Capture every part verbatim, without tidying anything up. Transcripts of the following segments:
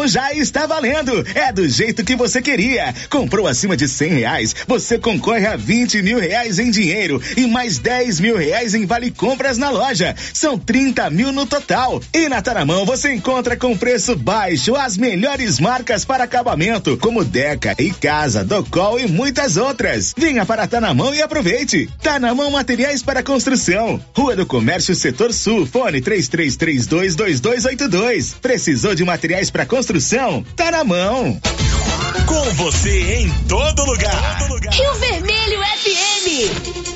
Natalzão já está valendo. É do jeito que você queria. Comprou acima de cem reais, você concorre a vinte mil reais em dinheiro e mais dez mil reais em vale compras na loja. São trinta mil no total. E na Taramão você encontra com preço baixo as melhores marcas para acabamento, como Deca e Casa, Docol e muitas outras. Venha para Taramão e aproveite. Taramão Materiais para Construção. Rua do Comércio, Setor Sul. Fone três três três dois dois dois oito dois. Precisou de materiais para construção? Taramão. Com você em todo lugar. todo lugar. Rio Vermelho F M.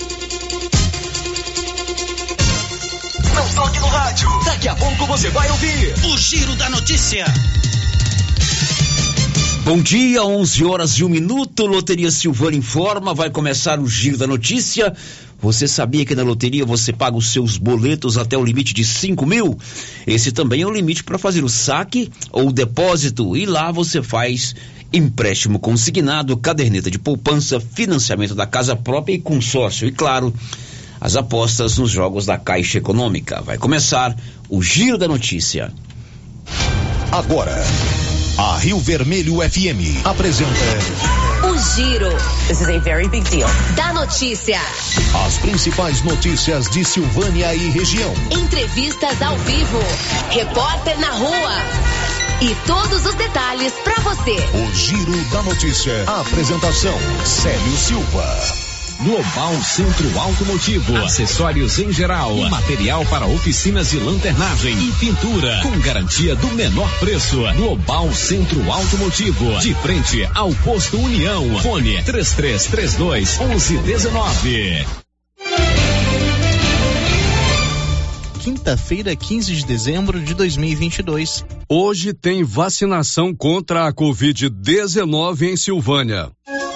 Não toque no rádio. Daqui a pouco você vai ouvir o Giro da Notícia. Bom dia, onze horas e um minuto. Loteria Silvânia informa, vai começar o Giro da Notícia. Você sabia que na loteria você paga os seus boletos até o limite de cinco mil? Esse também é o limite para fazer o saque ou o depósito. E lá você faz empréstimo consignado, caderneta de poupança, financiamento da casa própria e consórcio. E claro, as apostas nos jogos da Caixa Econômica. Vai começar o Giro da Notícia. Agora, a Rio Vermelho F M apresenta o Giro. This is a very big deal. Da notícia. As principais notícias de Silvânia e região. Entrevistas ao vivo. Repórter na rua. E todos os detalhes para você. O Giro da Notícia. A apresentação: Célio Silva. Global Centro Automotivo, acessórios em geral, material para oficinas de lanternagem e pintura, com garantia do menor preço. Global Centro Automotivo, de frente ao Posto União. Fone três três três dois, onze dezenove. Quinta-feira, quinze de dezembro de dois mil e vinte e dois. Hoje tem vacinação contra a covid dezenove em Silvânia.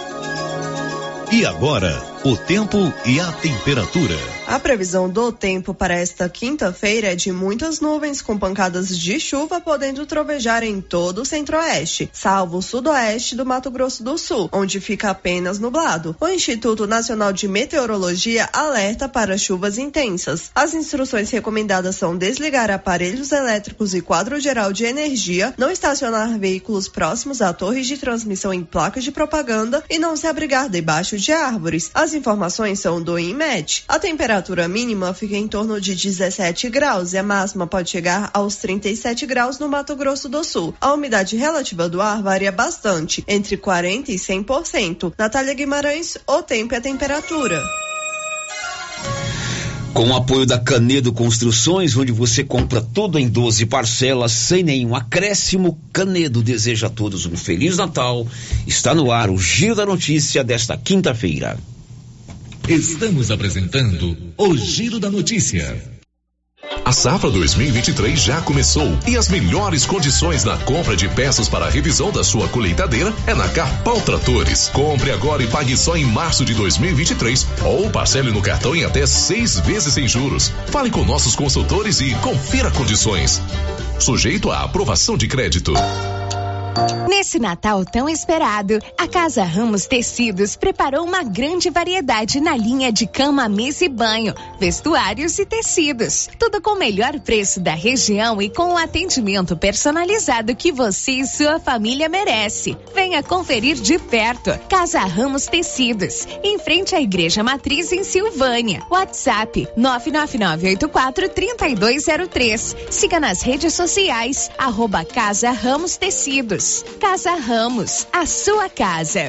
E agora, o tempo e a temperatura. A previsão do tempo para esta quinta-feira é de muitas nuvens com pancadas de chuva podendo trovejar em todo o centro-oeste, salvo o sudoeste do Mato Grosso do Sul, onde fica apenas nublado. O Instituto Nacional de Meteorologia alerta para chuvas intensas. As instruções recomendadas são desligar aparelhos elétricos e quadro geral de energia, não estacionar veículos próximos a torres de transmissão em placas de propaganda e não se abrigar debaixo de árvores. As informações são do INMET. A temperatura A temperatura mínima fica em torno de dezessete graus e a máxima pode chegar aos trinta e sete graus no Mato Grosso do Sul. A umidade relativa do ar varia bastante, entre quarenta por cento e cem por cento. Natália Guimarães, o tempo e a temperatura. Com o apoio da Canedo Construções, onde você compra tudo em doze parcelas, sem nenhum acréscimo, Canedo deseja a todos um Feliz Natal. Está no ar o Giro da Notícia desta quinta-feira. Estamos apresentando o Giro da Notícia. A safra dois mil e vinte e três já começou e as melhores condições na compra de peças para a revisão da sua colheitadeira é na Carpal Tratores. Compre agora e pague só em março de dois mil e vinte e três ou parcele no cartão em até seis vezes sem juros. Fale com nossos consultores e confira condições. Sujeito à aprovação de crédito. Nesse Natal tão esperado, a Casa Ramos Tecidos preparou uma grande variedade na linha de cama, mesa e banho, vestuários e tecidos. Tudo com o melhor preço da região e com o atendimento personalizado que você e sua família merece. Venha conferir de perto. Casa Ramos Tecidos, em frente à Igreja Matriz em Silvânia. WhatsApp nove nove nove oito quatro três dois zero três. Siga nas redes sociais, arroba Casa Ramos Tecidos. Casa Ramos, a sua casa.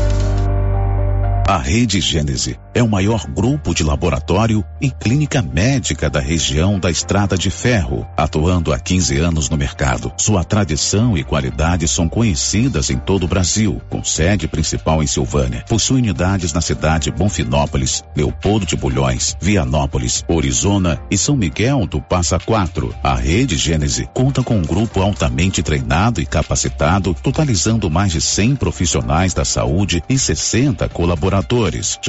A Rede Gênese é o maior grupo de laboratório e clínica médica da região da Estrada de Ferro, atuando há quinze anos no mercado. Sua tradição e qualidade são conhecidas em todo o Brasil, com sede principal em Silvânia. Possui unidades na cidade Bonfinópolis, Leopoldo de Bulhões, Vianópolis, Orizona e São Miguel do Passa Quatro. A Rede Gênese conta com um grupo altamente treinado e capacitado, totalizando mais de cem profissionais da saúde e sessenta colaboradores. Já realizamos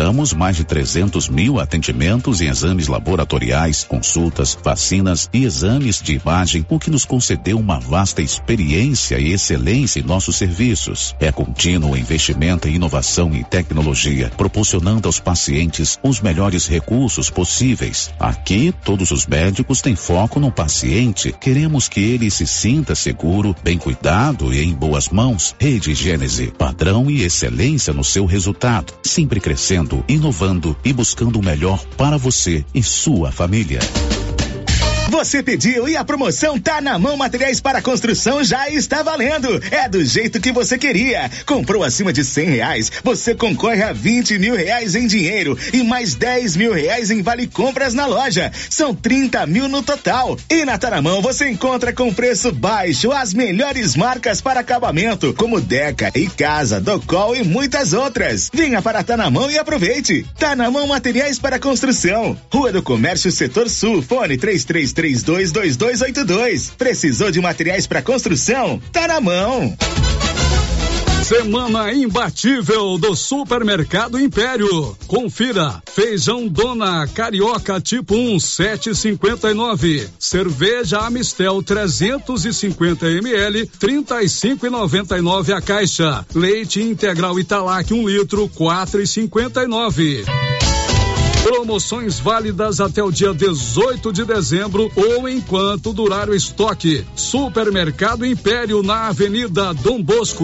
Realizamos mais de trezentos mil atendimentos em exames laboratoriais, consultas, vacinas e exames de imagem, o que nos concedeu uma vasta experiência e excelência em nossos serviços. É contínuo investimento em inovação e tecnologia, proporcionando aos pacientes os melhores recursos possíveis. Aqui, todos os médicos têm foco no paciente. Queremos que ele se sinta seguro, bem cuidado e em boas mãos. Rede Gênese, padrão e excelência no seu resultado, sempre crescendo, inovando e buscando o melhor para você e sua família. Você pediu e a promoção Tá na Mão Materiais para Construção já está valendo. É do jeito que você queria. Comprou acima de cem reais, você concorre a vinte mil reais em dinheiro e mais dez mil reais em vale compras na loja. São trinta mil no total. E na Tá na Mão você encontra com preço baixo as melhores marcas para acabamento, como Deca e Casa, Docol e muitas outras. Venha para Tá na Mão e aproveite. Tá na Mão Materiais para Construção. Rua do Comércio, Setor Sul. Fone três três três dois dois dois oito dois. Precisou de materiais para construção? Tá na mão. Semana imbatível do Supermercado Império. Confira: feijão Dona Carioca tipo um, sete e cinquenta e nove. Cerveja Amistel trezentos e cinquenta mililitros, trinta e cinco e noventa e nove a caixa. Leite integral Italac um litro, quatro e cinquenta e nove. Promoções válidas até o dia dezoito de dezembro ou enquanto durar o estoque. Supermercado Império na Avenida Dom Bosco.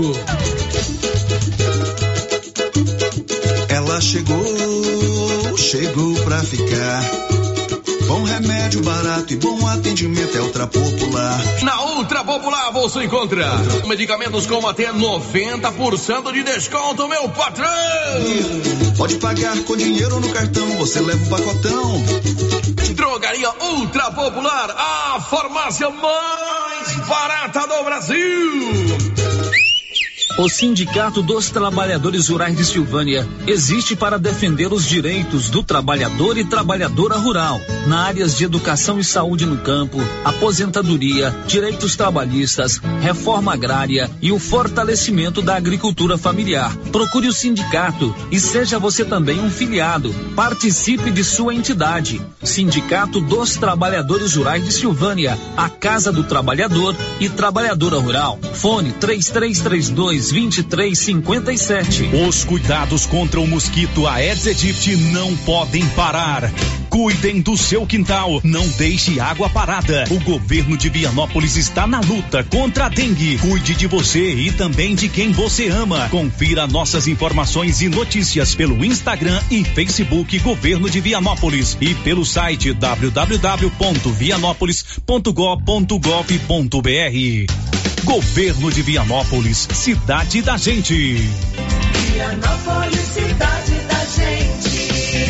Ela chegou, chegou pra ficar. Bom remédio barato e bom atendimento é Ultra Popular. Na Ultra Popular você encontra medicamentos com até noventa por cento de desconto, meu patrão. Pode pagar com dinheiro no cartão, você leva um pacotão. Drogaria Ultra Popular, a farmácia mais barata do Brasil. O Sindicato dos Trabalhadores Rurais de Silvânia existe para defender os direitos do trabalhador e trabalhadora rural, na áreas de educação e saúde no campo, aposentadoria, direitos trabalhistas, reforma agrária e o fortalecimento da agricultura familiar. Procure o sindicato e seja você também um filiado. Participe de sua entidade. Sindicato dos Trabalhadores Rurais de Silvânia, a Casa do Trabalhador e Trabalhadora Rural. Fone três três três dois, vinte e três cinquenta e sete. Os cuidados contra o mosquito Aedes aegypti não podem parar. Cuidem do seu quintal, não deixe água parada. O governo de Vianópolis está na luta contra a dengue. Cuide de você e também de quem você ama. Confira nossas informações e notícias pelo Instagram e Facebook Governo de Vianópolis e pelo site w w w ponto vianópolis ponto gov ponto gov ponto b r. Governo de Vianópolis, cidade da gente. Vianópolis, cidade da gente.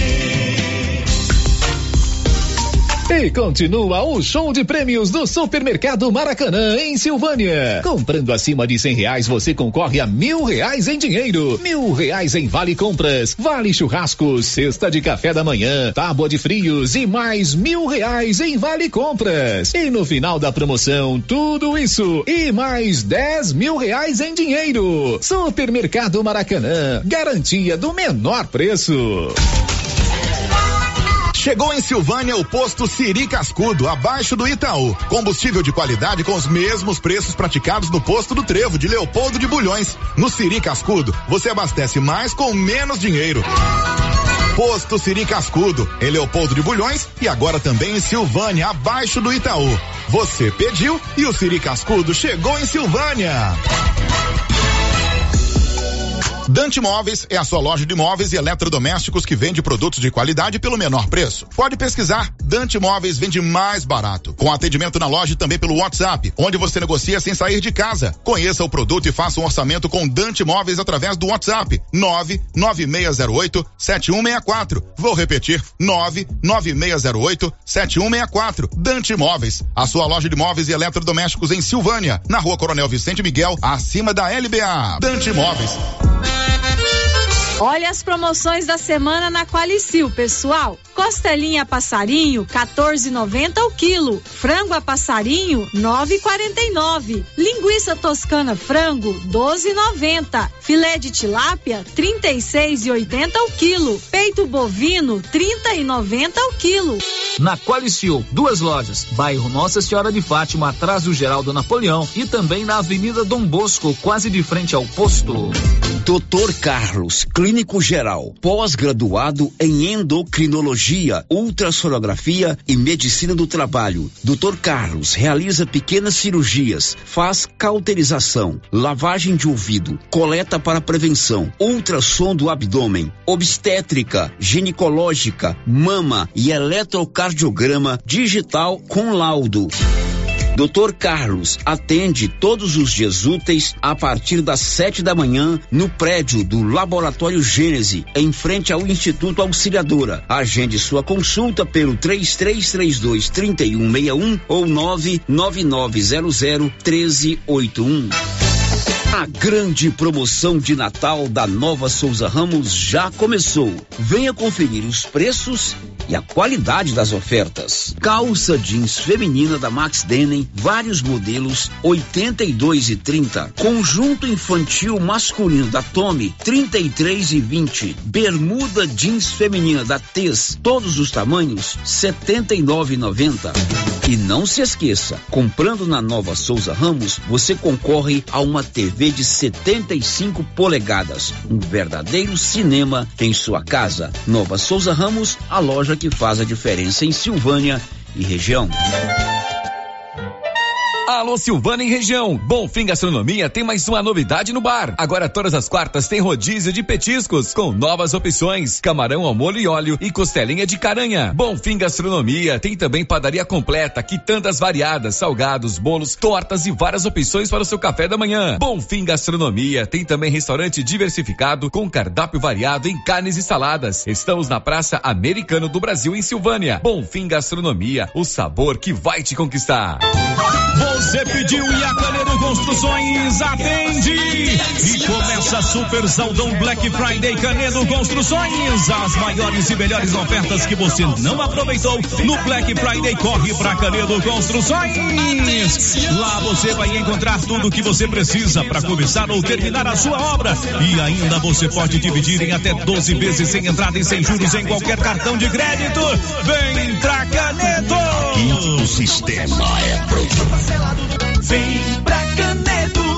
E continua o show de prêmios do Supermercado Maracanã, em Silvânia. Comprando acima de cem reais, você concorre a mil reais em dinheiro, mil reais em vale compras, vale churrasco, cesta de café da manhã, tábua de frios e mais mil reais em vale compras. E no final da promoção, tudo isso e mais dez mil reais em dinheiro. Supermercado Maracanã, garantia do menor preço. Chegou em Silvânia o posto Siri Cascudo, abaixo do Itaú. Combustível de qualidade com os mesmos preços praticados no posto do Trevo, de Leopoldo de Bulhões. No Siri Cascudo, você abastece mais com menos dinheiro. Posto Siri Cascudo, em Leopoldo de Bulhões e agora também em Silvânia, abaixo do Itaú. Você pediu e o Siri Cascudo chegou em Silvânia. Dante Móveis é a sua loja de móveis e eletrodomésticos que vende produtos de qualidade pelo menor preço. Pode pesquisar, Dante Móveis vende mais barato. Com atendimento na loja e também pelo WhatsApp, onde você negocia sem sair de casa. Conheça o produto e faça um orçamento com Dante Móveis através do WhatsApp nove nove seis zero oito sete um seis quatro. Vou repetir, nove nove seis zero oito sete um seis quatro. Dante Móveis, a sua loja de móveis e eletrodomésticos em Silvânia, na Rua Coronel Vicente Miguel, acima da L B A. Dante Móveis. Olha as promoções da semana na Qualicil, pessoal. Costelinha a passarinho, quatorze e noventa o quilo. Frango a passarinho, nove e quarenta e nove. Linguiça toscana frango, doze e noventa. Filé de tilápia, trinta e seis e oitenta o quilo. Peito bovino, trinta e noventa o quilo. Na Qualicil, duas lojas, bairro Nossa Senhora de Fátima, atrás do Geraldo Napoleão, e também na Avenida Dom Bosco, quase de frente ao posto. doutor Carlos, clínico geral, pós-graduado em endocrinologia, ultrassonografia e medicina do trabalho. doutor Carlos realiza pequenas cirurgias, faz cauterização, lavagem de ouvido, coleta para prevenção, ultrassom do abdômen, obstétrica, ginecológica, mama e eletrocardiograma digital com laudo. doutor Carlos atende todos os dias úteis a partir das sete da manhã no prédio do Laboratório Gênese, em frente ao Instituto Auxiliadora. Agende sua consulta pelo três três três dois, três um seis um ou nove nove nove zero zero, um três oito um. A grande promoção de Natal da Nova Souza Ramos já começou. Venha conferir os preços e a qualidade das ofertas. Calça jeans feminina da Max Denim, vários modelos, oitenta e dois e trinta. Conjunto infantil masculino da Tommy, trinta e três e vinte. Bermuda jeans feminina da Tez, todos os tamanhos, setenta e nove e noventa. E não se esqueça, comprando na Nova Souza Ramos, você concorre a uma T V de setenta e cinco polegadas, um verdadeiro cinema em sua casa. Nova Souza Ramos, a loja que faz a diferença em Silvânia e região. Alô Silvânia e região, Bonfim Gastronomia tem mais uma novidade no bar. Agora todas as quartas tem rodízio de petiscos com novas opções, camarão ao molho e óleo e costelinha de caranha. Bonfim Gastronomia tem também padaria completa, quitandas variadas, salgados, bolos, tortas e várias opções para o seu café da manhã. Bonfim Gastronomia tem também restaurante diversificado com cardápio variado em carnes e saladas. Estamos na Praça Americano do Brasil em Silvânia. Bonfim Gastronomia, o sabor que vai te conquistar. Você pediu e a Canedo Construções atende. E começa Super Saldão Black Friday Canedo Construções. As maiores e melhores ofertas que você não aproveitou no Black Friday, corre pra Canedo Construções. Lá você vai encontrar tudo o que você precisa para começar ou terminar a sua obra. E ainda você pode dividir em até doze vezes sem entrada e sem juros em qualquer cartão de crédito. Vem pra Canedo. O sistema é pronto. Vem pra Canedo.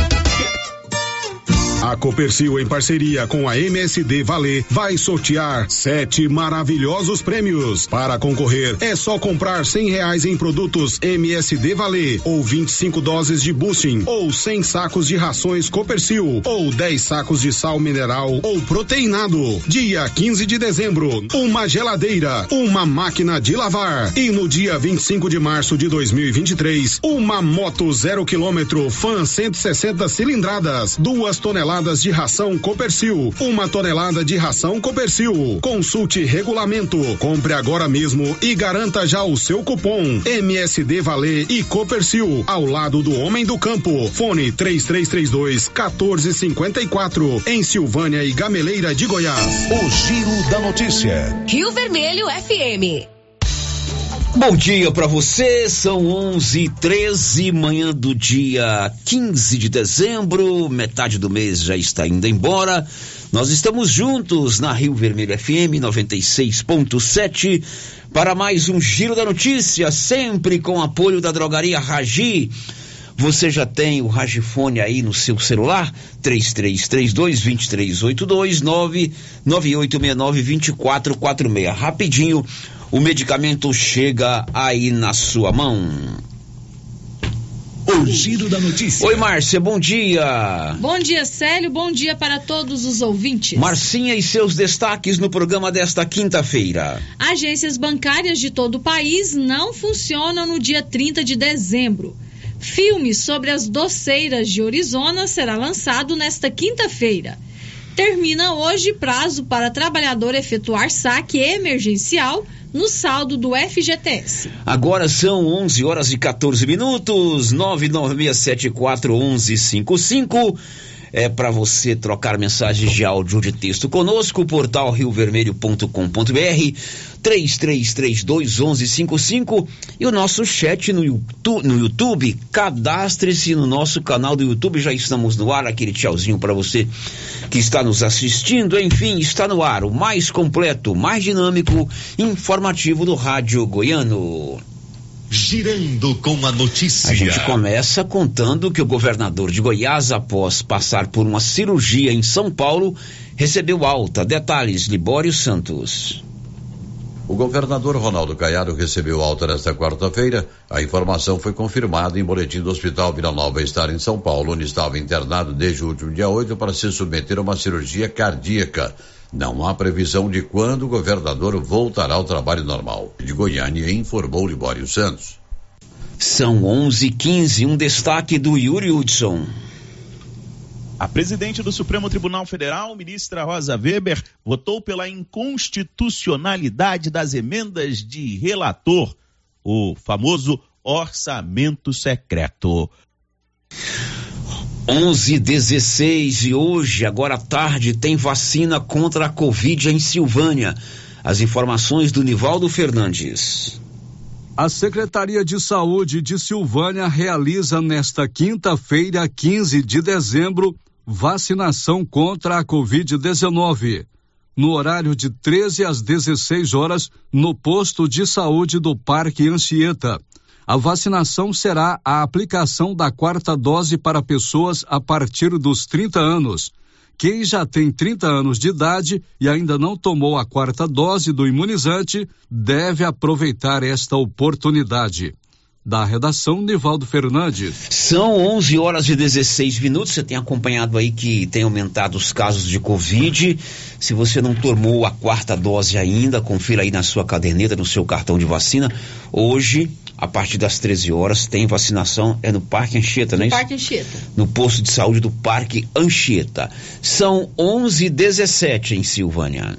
A Copercil, em parceria com a M S D Valer, vai sortear sete maravilhosos prêmios. Para concorrer, é só comprar cem reais em produtos M S D Valer, ou vinte e cinco doses de boosting, ou cem sacos de rações Copercil, ou dez sacos de sal mineral ou proteinado. Dia quinze de dezembro, uma geladeira, uma máquina de lavar. E no dia vinte e cinco de março de dois mil e vinte e três, uma moto zero quilômetro Fan cento e sessenta cilindradas, duas toneladas de ração Copercil, uma tonelada de ração Copercil. Consulte regulamento, compre agora mesmo e garanta já o seu cupom. M S D Valer e Copercil, ao lado do homem do campo. Fone três três três dois, um quatro cinco quatro, em Silvânia e Gameleira de Goiás. O Giro da Notícia. Rio Vermelho F M. Bom dia para você, são onze e treze, manhã do dia quinze de dezembro, metade do mês já está indo embora. Nós estamos juntos na Rio Vermelho F M noventa e seis ponto sete para mais um Giro da Notícia, sempre com apoio da Drogaria Ragi. Você já tem o Ragifone aí no seu celular? três três três dois, dois três oito dois, nove nove oito seis nove, dois quatro quatro seis. Rapidinho, o medicamento chega aí na sua mão. O Giro da Notícia. Oi, Márcia, bom dia. Bom dia, Célio, bom dia para todos os ouvintes. Marcinha e seus destaques no programa desta quinta-feira. Agências bancárias de todo o país não funcionam no dia trinta de dezembro. Filme sobre as doceiras de Orizona será lançado nesta quinta-feira. Termina hoje prazo para trabalhador efetuar saque emergencial no saldo do F G T S. Agora são onze horas e quatorze minutos, nove nove seis sete quatro um um cinco cinco. É para você trocar mensagens de áudio ou de texto conosco, portal rio vermelho ponto com ponto b r, três três três dois um um cinco cinco, e o nosso chat no YouTube, no YouTube. Cadastre-se no nosso canal do YouTube, já estamos no ar, aquele tchauzinho para você que está nos assistindo. Enfim, está no ar o mais completo, mais dinâmico, informativo do rádio goiano. Girando com a notícia. A gente começa contando que o governador de Goiás, após passar por uma cirurgia em São Paulo, recebeu alta. Detalhes, Libório Santos. O governador Ronaldo Caiado recebeu alta nesta quarta-feira. A informação foi confirmada em boletim do Hospital Vila Nova Estar em São Paulo, onde estava internado desde o último dia oito para se submeter a uma cirurgia cardíaca. Não há previsão de quando o governador voltará ao trabalho normal. De Goiânia, informou Libório Santos. São onze e quinze, um destaque do Yuri Hudson. A presidente do Supremo Tribunal Federal, ministra Rosa Weber, votou pela inconstitucionalidade das emendas de relator, o famoso orçamento secreto. onze e dezesseis, e hoje, agora à tarde, tem vacina contra a Covid em Silvânia. As informações do Nivaldo Fernandes. A Secretaria de Saúde de Silvânia realiza nesta quinta-feira, quinze de dezembro, vacinação contra a covid dezenove. No horário de treze às dezesseis horas, no posto de saúde do Parque Anchieta. A vacinação será a aplicação da quarta dose para pessoas a partir dos trinta anos. Quem já tem trinta anos de idade e ainda não tomou a quarta dose do imunizante deve aproveitar esta oportunidade. Da redação, Nivaldo Fernandes. São onze horas e dezesseis minutos. Você tem acompanhado aí que tem aumentado os casos de Covid. Se você não tomou a quarta dose ainda, confira aí na sua caderneta, no seu cartão de vacina. Hoje, a partir das treze horas, tem vacinação, é no Parque Anchieta, não é isso? Parque Anchieta. No posto de saúde do Parque Anchieta. São onze e dezessete em Silvânia.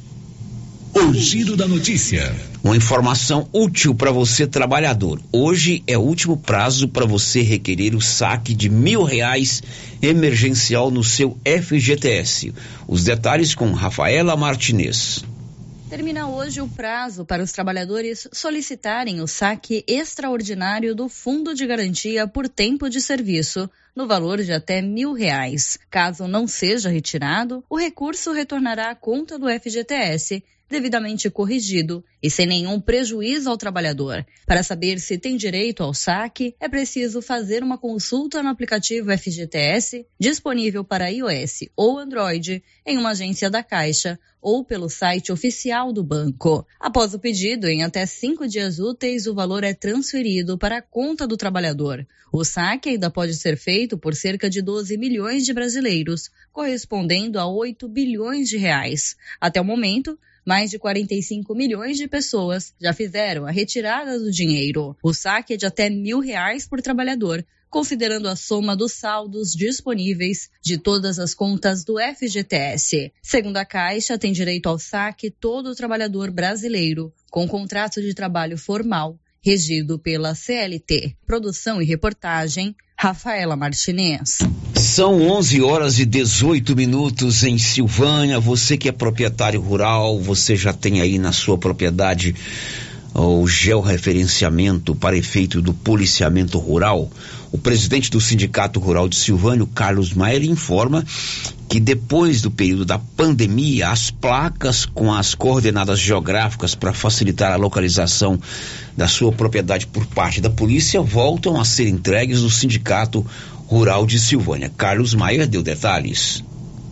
O giro da notícia. Uma informação útil para você, trabalhador. Hoje é o último prazo para você requerer o saque de mil reais emergencial no seu F G T S. Os detalhes com Rafaela Martinez. Termina hoje o prazo para os trabalhadores solicitarem o saque extraordinário do Fundo de Garantia por tempo de serviço, no valor de até mil reais. Caso não seja retirado, o recurso retornará à conta do F G T S, devidamente corrigido e sem nenhum prejuízo ao trabalhador. Para saber se tem direito ao saque, é preciso fazer uma consulta no aplicativo F G T S, disponível para iOS ou Android, em uma agência da Caixa ou pelo site oficial do banco. Após o pedido, em até cinco dias úteis, o valor é transferido para a conta do trabalhador. O saque ainda pode ser feito por cerca de doze milhões de brasileiros, correspondendo a oito bilhões de reais. Até o momento, mais de quarenta e cinco milhões de pessoas já fizeram a retirada do dinheiro. O saque é de até mil reais por trabalhador, considerando a soma dos saldos disponíveis de todas as contas do F G T S. Segundo a Caixa, tem direito ao saque todo trabalhador brasileiro com contrato de trabalho formal, regido pela C L T. Produção e reportagem, Rafaela Martinez. São onze horas e dezoito minutos em Silvânia. Você que é proprietário rural, você já tem aí na sua propriedade o georreferenciamento para efeito do policiamento rural. O presidente do Sindicato Rural de Silvânia, Carlos Maier, informa que depois do período da pandemia, as placas com as coordenadas geográficas para facilitar a localização da sua propriedade por parte da polícia voltam a ser entregues no Sindicato Rural de Silvânia. Carlos Maier deu detalhes.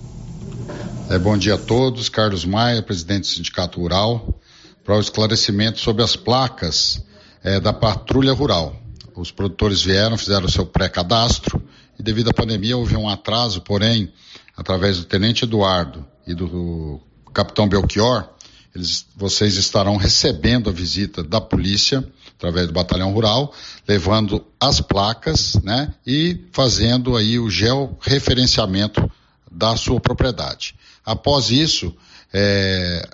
É, bom dia a todos. Carlos Maier, presidente do Sindicato Rural, para o esclarecimento sobre as placas é, da patrulha rural. Os produtores vieram, fizeram o seu pré-cadastro e devido à pandemia houve um atraso, porém, através do Tenente Eduardo e do, do Capitão Belchior, eles, vocês estarão recebendo a visita da polícia, através do Batalhão Rural, levando as placas, né, e fazendo aí o georreferenciamento da sua propriedade. Após isso, é,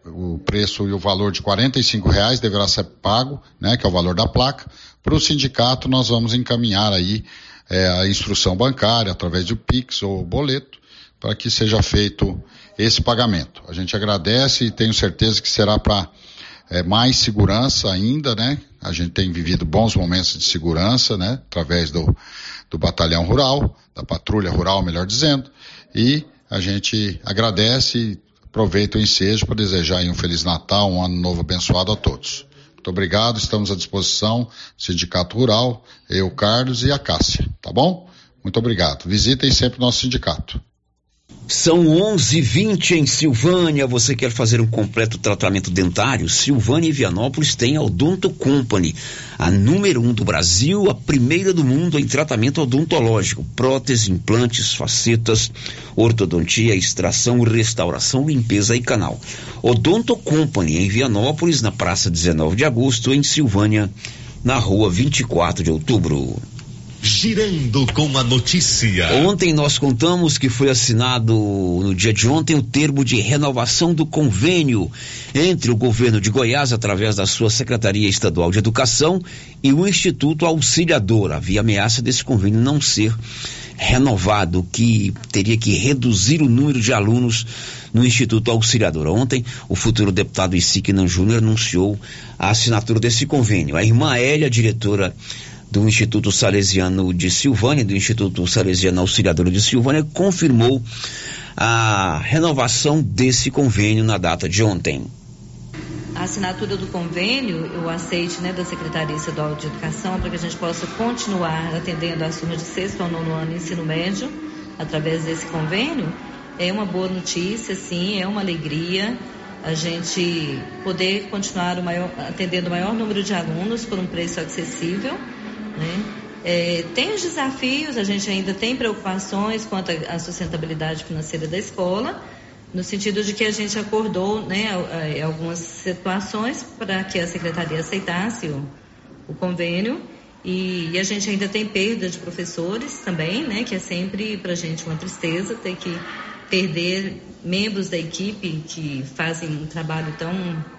o preço e o valor de quarenta e cinco reais deverá ser pago, né, que é o valor da placa. Para o sindicato, nós vamos encaminhar aí é, a instrução bancária através do Pix ou boleto para que seja feito esse pagamento. A gente agradece e tenho certeza que será para é, mais segurança ainda, né? A gente tem vivido bons momentos de segurança, né? Através do, do batalhão rural, da patrulha rural, melhor dizendo, e a gente agradece e aproveita o ensejo para desejar aí um Feliz Natal, um ano novo abençoado a todos. Muito obrigado, estamos à disposição, Sindicato Rural, eu, Carlos e a Cássia, tá bom? Muito obrigado. Visitem sempre o nosso sindicato. São onze e vinte em Silvânia. Você quer fazer um completo tratamento dentário? Silvânia e Vianópolis tem a Odonto Company, a número um do Brasil, a primeira do mundo em tratamento odontológico, prótese, implantes, facetas, ortodontia, extração, restauração, limpeza e canal. Odonto Company em Vianópolis, na Praça dezenove de agosto, em Silvânia, na Rua vinte e quatro de outubro. Girando com a notícia. Ontem nós contamos que foi assinado no dia de ontem o termo de renovação do convênio entre o governo de Goiás, através da sua Secretaria Estadual de Educação, e o Instituto Auxiliador. Havia ameaça desse convênio não ser renovado, que teria que reduzir o número de alunos no Instituto Auxiliador. Ontem, o futuro deputado Isiquinan Júnior anunciou a assinatura desse convênio. A irmã Hélia, diretora do Instituto Salesiano de Silvânia, do Instituto Salesiano Auxiliador de Silvânia, confirmou a renovação desse convênio na data de ontem. A assinatura do convênio, o aceite, né, da Secretaria Estadual de Educação, para que a gente possa continuar atendendo as turmas de sexto ao nono ano de ensino médio através desse convênio, é uma boa notícia, sim, é uma alegria a gente poder continuar o maior, atendendo o maior número de alunos por um preço acessível, né? É, tem os desafios, a gente ainda tem preocupações quanto à sustentabilidade financeira da escola, no sentido de que a gente acordou, né, algumas situações para que a secretaria aceitasse o, o convênio, e, e a gente ainda tem perda de professores também, né, que é sempre para a gente uma tristeza ter que perder membros da equipe que fazem um trabalho tão,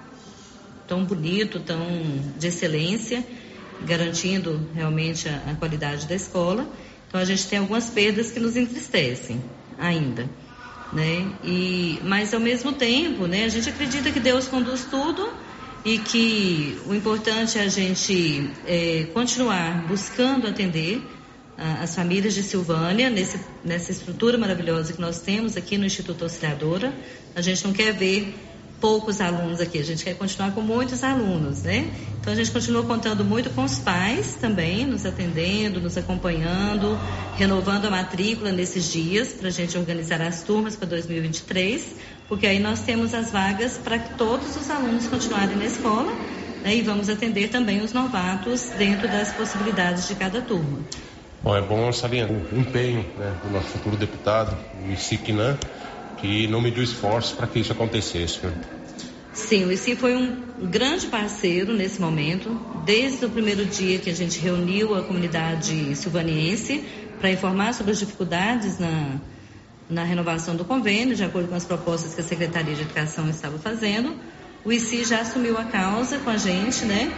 tão bonito, tão de excelência, garantindo realmente a, a qualidade da escola. Então a gente tem algumas perdas que nos entristecem ainda, né? E, mas ao mesmo tempo, né, a gente acredita que Deus conduz tudo e que o importante é a gente é, continuar buscando atender a, as famílias de Silvânia nesse, nessa estrutura maravilhosa que nós temos aqui no Instituto Auxiliadora. A gente não quer ver poucos alunos aqui, a gente quer continuar com muitos alunos, né? Então a gente continua contando muito com os pais também, nos atendendo, nos acompanhando, renovando a matrícula nesses dias para a gente organizar as turmas para dois mil e vinte e três, porque aí nós temos as vagas para que todos os alunos continuarem na escola, né? E vamos atender também os novatos dentro das possibilidades de cada turma. Bom, é bom salientar o empenho, né, do nosso futuro deputado, o Isiquinan, que não mediu esforço para que isso acontecesse. Né? Sim, o I C I foi um grande parceiro nesse momento, desde o primeiro dia que a gente reuniu a comunidade silvaniense para informar sobre as dificuldades na, na renovação do convênio, de acordo com as propostas que a Secretaria de Educação estava fazendo. O I C I já assumiu a causa com a gente, né?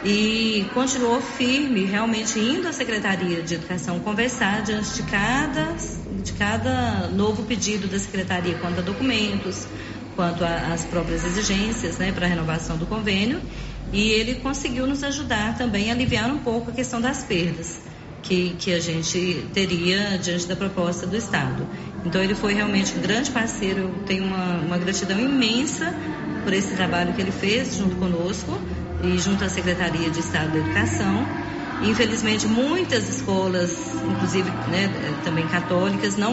E continuou firme, realmente indo à Secretaria de Educação conversar diante de cada, de cada novo pedido da Secretaria, quanto a documentos, quanto às próprias exigências, né, para a renovação do convênio. E ele conseguiu nos ajudar também a aliviar um pouco a questão das perdas que, que a gente teria diante da proposta do Estado. Então ele foi realmente um grande parceiro, eu tenho uma, uma gratidão imensa por esse trabalho que ele fez junto conosco e junto à Secretaria de Estado da Educação. Infelizmente, muitas escolas, inclusive, né, também católicas, não...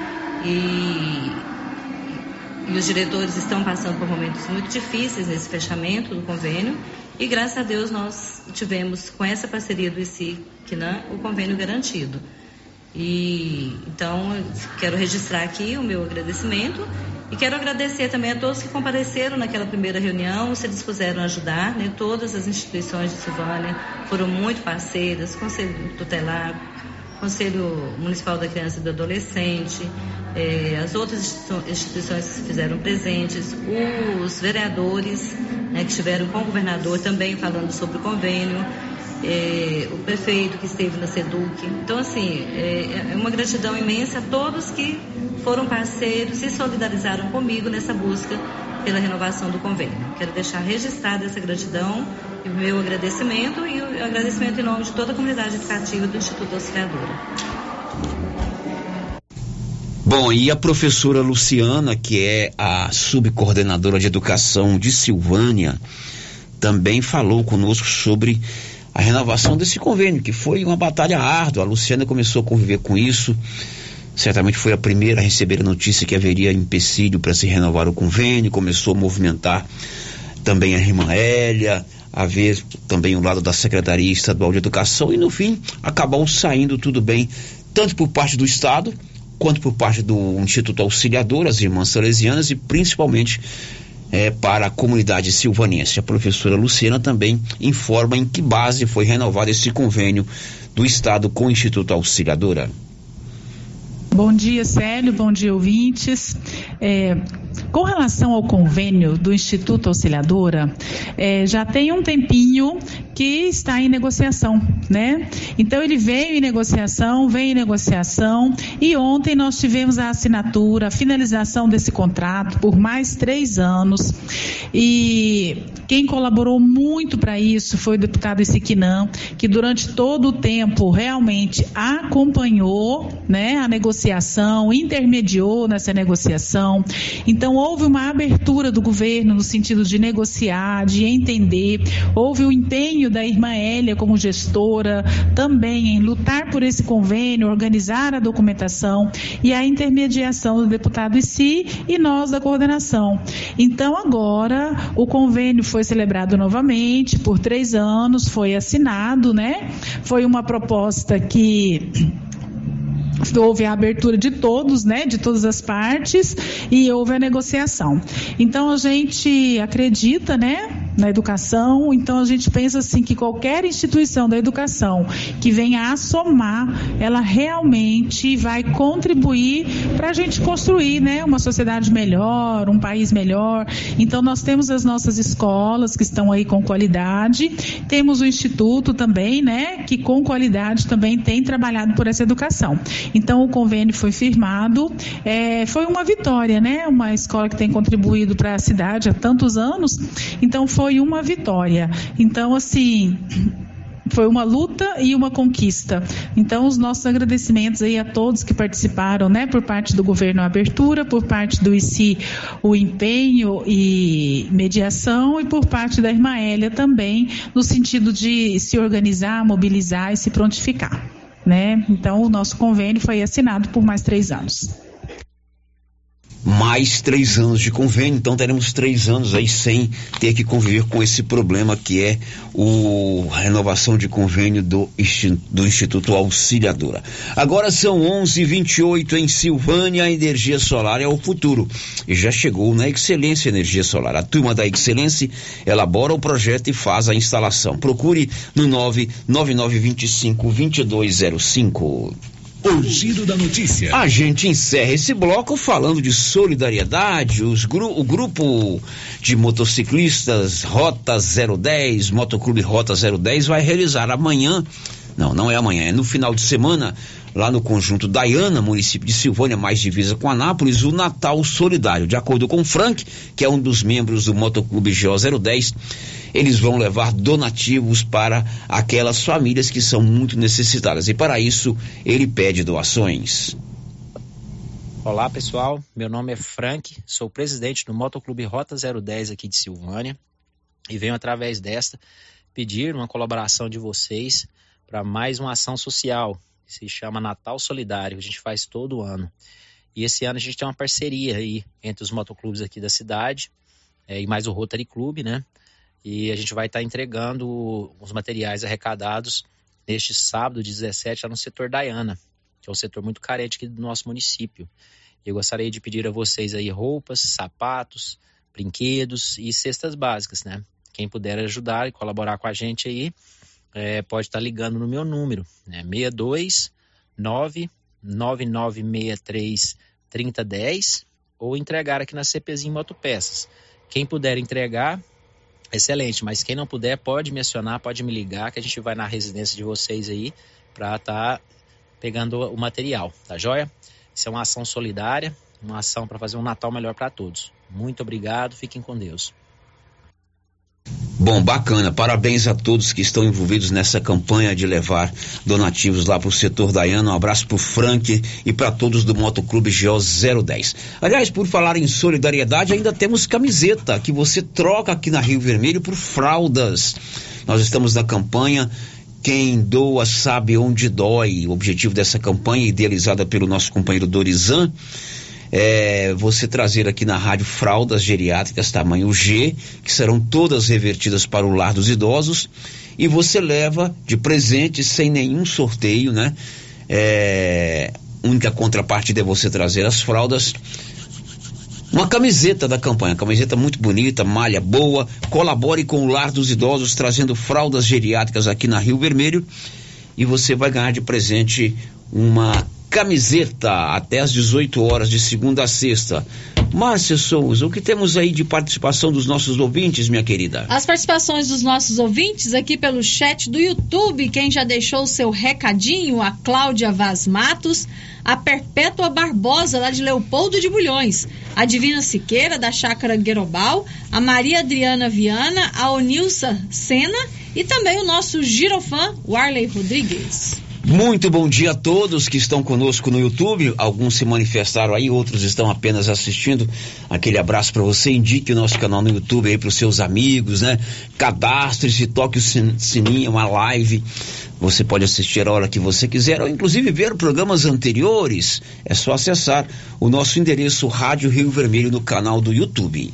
E, e os diretores estão passando por momentos muito difíceis nesse fechamento do convênio. E, graças a Deus, nós tivemos, com essa parceria do Isiquinan, o convênio garantido. E, então, eu quero registrar aqui o meu agradecimento. E quero agradecer também a todos que compareceram naquela primeira reunião, se dispuseram a ajudar, né? Todas as instituições de Silvânia foram muito parceiras, Conselho Tutelar, Conselho Municipal da Criança e do Adolescente, eh, as outras instituições que se fizeram presentes, os vereadores, né, que estiveram com o governador também falando sobre o convênio, eh, o prefeito que esteve na SEDUC. Então, assim, é, é uma gratidão imensa a todos que foram parceiros e solidarizaram comigo nessa busca pela renovação do convênio. Quero deixar registrada essa gratidão e o meu agradecimento e o agradecimento em nome de toda a comunidade educativa do Instituto Auxiliadora. Bom, e a professora Luciana, que é a subcoordenadora de educação de Silvânia, também falou conosco sobre a renovação desse convênio, que foi uma batalha árdua. A Luciana começou a conviver com isso. Certamente foi a primeira a receber a notícia que haveria empecilho para se renovar o convênio, começou a movimentar também a irmã Hélia, a ver também o lado da Secretaria Estadual de Educação, e no fim acabou saindo tudo bem, tanto por parte do Estado, quanto por parte do Instituto Auxiliador, as irmãs salesianas, e principalmente é, para a comunidade silvanense. A professora Luciana também informa em que base foi renovado esse convênio do Estado com o Instituto Auxiliadora. Bom dia, Célio, bom dia, ouvintes. É, com relação ao convênio do Instituto Auxiliadora, é, já tem um tempinho que está em negociação, né? Então ele veio em negociação, vem em negociação, e ontem nós tivemos a assinatura, a finalização desse contrato por mais três anos, e quem colaborou muito para isso foi o deputado Isiquinã, que durante todo o tempo realmente acompanhou, né, a negociação, intermediou nessa negociação. Então houve uma abertura do governo no sentido de negociar, de entender, houve o empenho da irmã Hélia como gestora também em lutar por esse convênio, organizar a documentação e a intermediação do deputado Issi e nós da coordenação. Então agora o convênio foi celebrado novamente por três anos, foi assinado, né? Foi uma proposta que houve a abertura de todos, né, de todas as partes, e houve a negociação. Então a gente acredita, né, na educação. Então a gente pensa assim que qualquer instituição da educação que venha a somar, ela realmente vai contribuir para a gente construir, né, uma sociedade melhor, um país melhor. Então nós temos as nossas escolas que estão aí com qualidade, temos o instituto também, né, que com qualidade também tem trabalhado por essa educação. Então o convênio foi firmado, é, foi uma vitória, né? Uma escola que tem contribuído para a cidade há tantos anos, então foi uma vitória. Então, assim, foi uma luta e uma conquista. Então, os nossos agradecimentos aí a todos que participaram, né? Por parte do governo a abertura, por parte do I C I o empenho e mediação, e por parte da irmã Hélia também, no sentido de se organizar, mobilizar e se prontificar, né? Então o nosso convênio foi assinado por mais três anos. Mais três anos de convênio, então teremos três anos aí sem ter que conviver com esse problema que é o a renovação de convênio do, do Instituto Auxiliadora. Agora são onze e vinte e oito em Silvânia. A energia solar é o futuro e já chegou na Excelência Energia Solar. A turma da Excelência elabora o projeto e faz a instalação. Procure no nove nove nove dois cinco dois dois zero cinco. O giro da notícia. A gente encerra esse bloco falando de solidariedade. Os gru, o grupo de motociclistas Rota zero dez, Motoclube Rota zero dez, vai realizar amanhã, não, não é amanhã, é no final de semana, lá no Conjunto Daiana, município de Silvânia, mais divisa com Anápolis, o Natal Solidário. De acordo com o Frank, que é um dos membros do Motoclube G O zero dez, eles vão levar donativos para aquelas famílias que são muito necessitadas. E para isso, ele pede doações. Olá, pessoal. Meu nome é Frank, sou presidente do Motoclube Rota zero dez aqui de Silvânia e venho através desta pedir uma colaboração de vocês para mais uma ação social que se chama Natal Solidário, que a gente faz todo ano. E esse ano a gente tem uma parceria aí entre os motoclubes aqui da cidade é, e mais o Rotary Club, né? E a gente vai estar entregando os materiais arrecadados neste sábado, dezessete, lá no setor Daiana, que é um setor muito carente aqui do nosso município. Eu gostaria de pedir a vocês aí roupas, sapatos, brinquedos e cestas básicas, né? Quem puder ajudar e colaborar com a gente aí, é, pode estar ligando no meu número, né? seis dois nove nove nove seis três três zero um zero ou entregar aqui na CPzinho Motopeças. Quem puder entregar, excelente, mas quem não puder pode me acionar, pode me ligar que a gente vai na residência de vocês aí para estar tá pegando o material, tá joia? Isso é uma ação solidária, uma ação para fazer um Natal melhor para todos. Muito obrigado, fiquem com Deus. Bom, bacana, parabéns a todos que estão envolvidos nessa campanha de levar donativos lá para o setor Daiana. Um abraço para o Frank e para todos do Motoclube G O zero dez. Aliás, por falar em solidariedade, ainda temos camiseta que você troca aqui na Rio Vermelho por fraldas. Nós estamos na campanha Quem Doa Sabe Onde Dói. O objetivo dessa campanha, idealizada pelo nosso companheiro Dorizan, é você trazer aqui na rádio fraldas geriátricas tamanho G, que serão todas revertidas para o lar dos idosos, e você leva de presente sem nenhum sorteio, né? É, única contrapartida é você trazer as fraldas, uma camiseta da campanha, camiseta muito bonita, malha boa. Colabore com o lar dos idosos trazendo fraldas geriátricas aqui na Rio Vermelho, e você vai ganhar de presente uma camiseta até às dezoito horas de segunda a sexta. Márcia Souza, o que temos aí de participação dos nossos ouvintes, minha querida? As participações dos nossos ouvintes aqui pelo chat do YouTube, quem já deixou o seu recadinho, a Cláudia Vaz Matos, a Perpétua Barbosa, lá de Leopoldo de Bulhões, a Divina Siqueira, da Chácara Guerobal, a Maria Adriana Viana, a Onilsa Sena e também o nosso girofã, o Arley Rodrigues. Muito bom dia a todos que estão conosco no YouTube. Alguns se manifestaram aí, outros estão apenas assistindo. Aquele abraço para você. Indique o nosso canal no YouTube aí para os seus amigos, né? Cadastre-se, toque o sininho, uma live. Você pode assistir a hora que você quiser, ou inclusive ver programas anteriores. É só acessar o nosso endereço Rádio Rio Vermelho no canal do YouTube.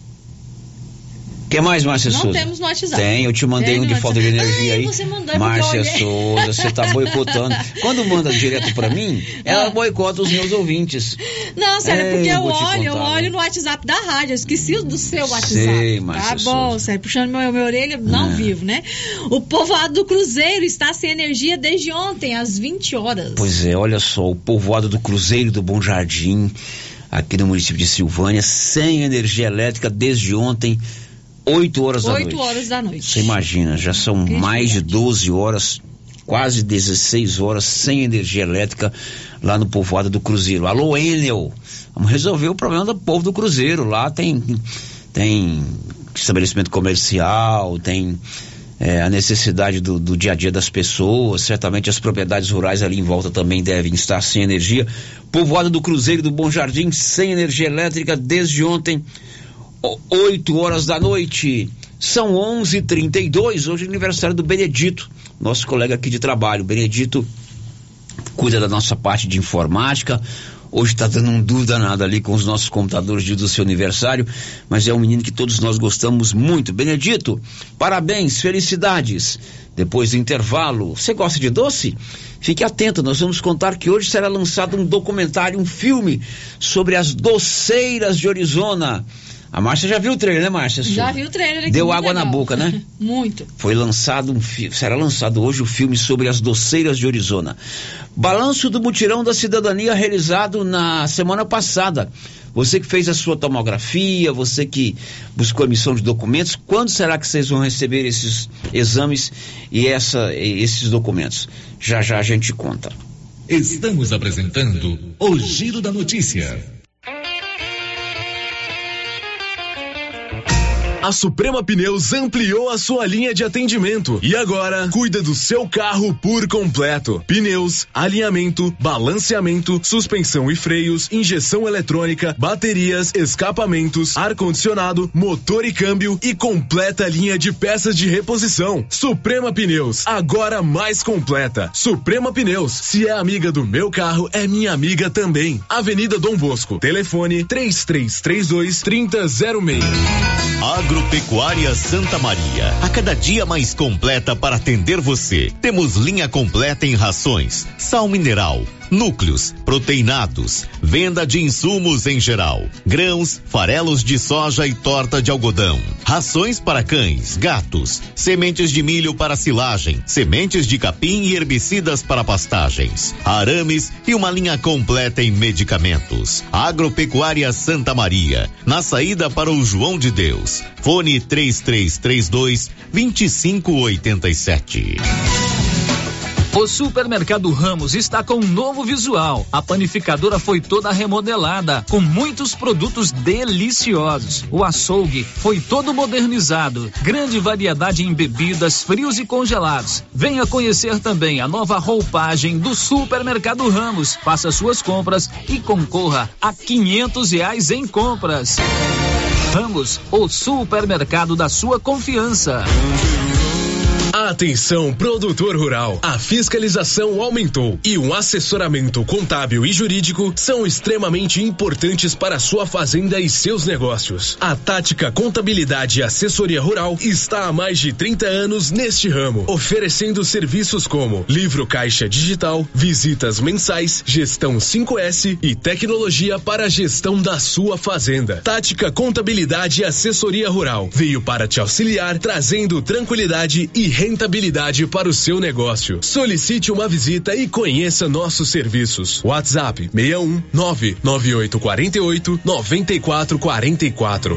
O que mais, Márcia Souza? Não temos no WhatsApp. Tem, eu te mandei Tem um de falta de energia. Ai, aí. Você mandou, Márcia Souza, você tá boicotando. Quando manda direto pra mim, ela ah. boicota os meus ouvintes. Não, sério, Ei, porque eu, eu olho, eu contar, olho né? no WhatsApp da rádio, eu esqueci do seu WhatsApp. Sei, Márcia Tá bom, Souza. sério, puxando meu, minha orelha, não Ah. vivo, né? O povoado do Cruzeiro está sem energia desde ontem, às vinte horas. Pois é, olha só, o povoado do Cruzeiro do Bom Jardim, aqui no município de Silvânia, sem energia elétrica desde ontem, oito horas da noite. oito horas da noite. Você imagina, já são Que mais de doze horas, quase dezesseis horas sem energia elétrica lá no povoado do Cruzeiro. Alô, Enel, vamos resolver o problema do povo do Cruzeiro. Lá tem, tem estabelecimento comercial, tem é, a necessidade do, do dia a dia das pessoas. Certamente as propriedades rurais ali em volta também devem estar sem energia. Povoado do Cruzeiro do Bom Jardim sem energia elétrica desde ontem, oito horas da noite. São onze e trinta e dois. Hoje é aniversário do Benedito, nosso colega aqui de trabalho. Benedito cuida da nossa parte de informática. Hoje está dando um duro danado ali com os nossos computadores do seu aniversário, mas é um menino que todos nós gostamos muito. Benedito, parabéns, felicidades. Depois do intervalo, você gosta de doce? Fique atento, nós vamos contar que hoje será lançado um documentário, um filme sobre as doceiras de Orizona. A Márcia já viu o trailer, né, Márcia? Já viu o trailer aqui. Deu água legal. na boca, né? Muito. Foi lançado um filme, será lançado hoje o filme sobre as doceiras de Orizona. Balanço do mutirão da cidadania realizado na semana passada. Você que fez a sua tomografia, você que buscou emissão de documentos, quando será que vocês vão receber esses exames e essa, esses documentos? Já já a gente conta. Estamos apresentando o Giro da Notícia. A Suprema Pneus ampliou a sua linha de atendimento e agora cuida do seu carro por completo. Pneus, alinhamento, balanceamento, suspensão e freios, injeção eletrônica, baterias, escapamentos, ar-condicionado, motor e câmbio e completa linha de peças de reposição. Suprema Pneus, agora mais completa. Suprema Pneus, se é amiga do meu carro, é minha amiga também. Avenida Dom Bosco, telefone três três três dois, três zero zero seis. Agropecuária Santa Maria, a cada dia mais completa para atender você. Temos linha completa em rações, sal mineral, núcleos, proteinados, venda de insumos em geral, grãos, farelos de soja e torta de algodão, rações para cães, gatos, sementes de milho para silagem, sementes de capim e herbicidas para pastagens, arames e uma linha completa em medicamentos. Agropecuária Santa Maria, na saída para o João de Deus. Fone três três três dois, dois cinco oito sete. O Supermercado Ramos está com um novo visual. A panificadora foi toda remodelada, com muitos produtos deliciosos. O açougue foi todo modernizado. Grande variedade em bebidas, frios e congelados. Venha conhecer também a nova roupagem do Supermercado Ramos. Faça suas compras e concorra a quinhentos reais em compras. Ramos, o supermercado da sua confiança. Atenção, produtor rural. A fiscalização aumentou e um assessoramento contábil e jurídico são extremamente importantes para a sua fazenda e seus negócios. A Tática Contabilidade e Assessoria Rural está há mais de trinta anos neste ramo, oferecendo serviços como livro caixa digital, visitas mensais, gestão cinco S e tecnologia para a gestão da sua fazenda. Tática Contabilidade e Assessoria Rural veio para te auxiliar, trazendo tranquilidade e rentabilidade para o seu negócio. Solicite uma visita e conheça nossos serviços. WhatsApp seis um nove nove oito quatro oito nove quatro quatro quatro.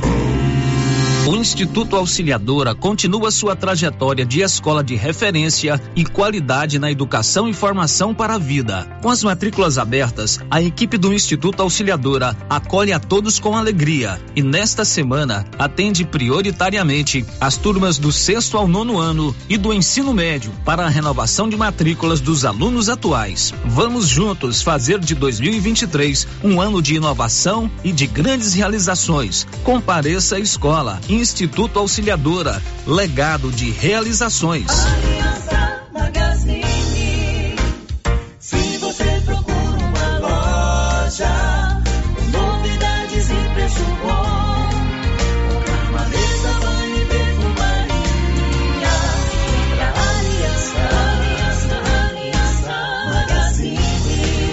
O Instituto Auxiliadora continua sua trajetória de escola de referência e qualidade na educação e formação para a vida. Com as matrículas abertas, a equipe do Instituto Auxiliadora acolhe a todos com alegria e nesta semana atende prioritariamente as turmas do sexto ao nono ano e do ensino médio para a renovação de matrículas dos alunos atuais. Vamos juntos fazer de dois mil e vinte e três um ano de inovação e de grandes realizações. Compareça à escola. Instituto Auxiliadora, legado de realizações. Aliança Magazine. Se você procura uma loja, novidades e preço bom, uma mesa, banho e perfumaria, pra Aliança, Aliança, Aliança Magazine.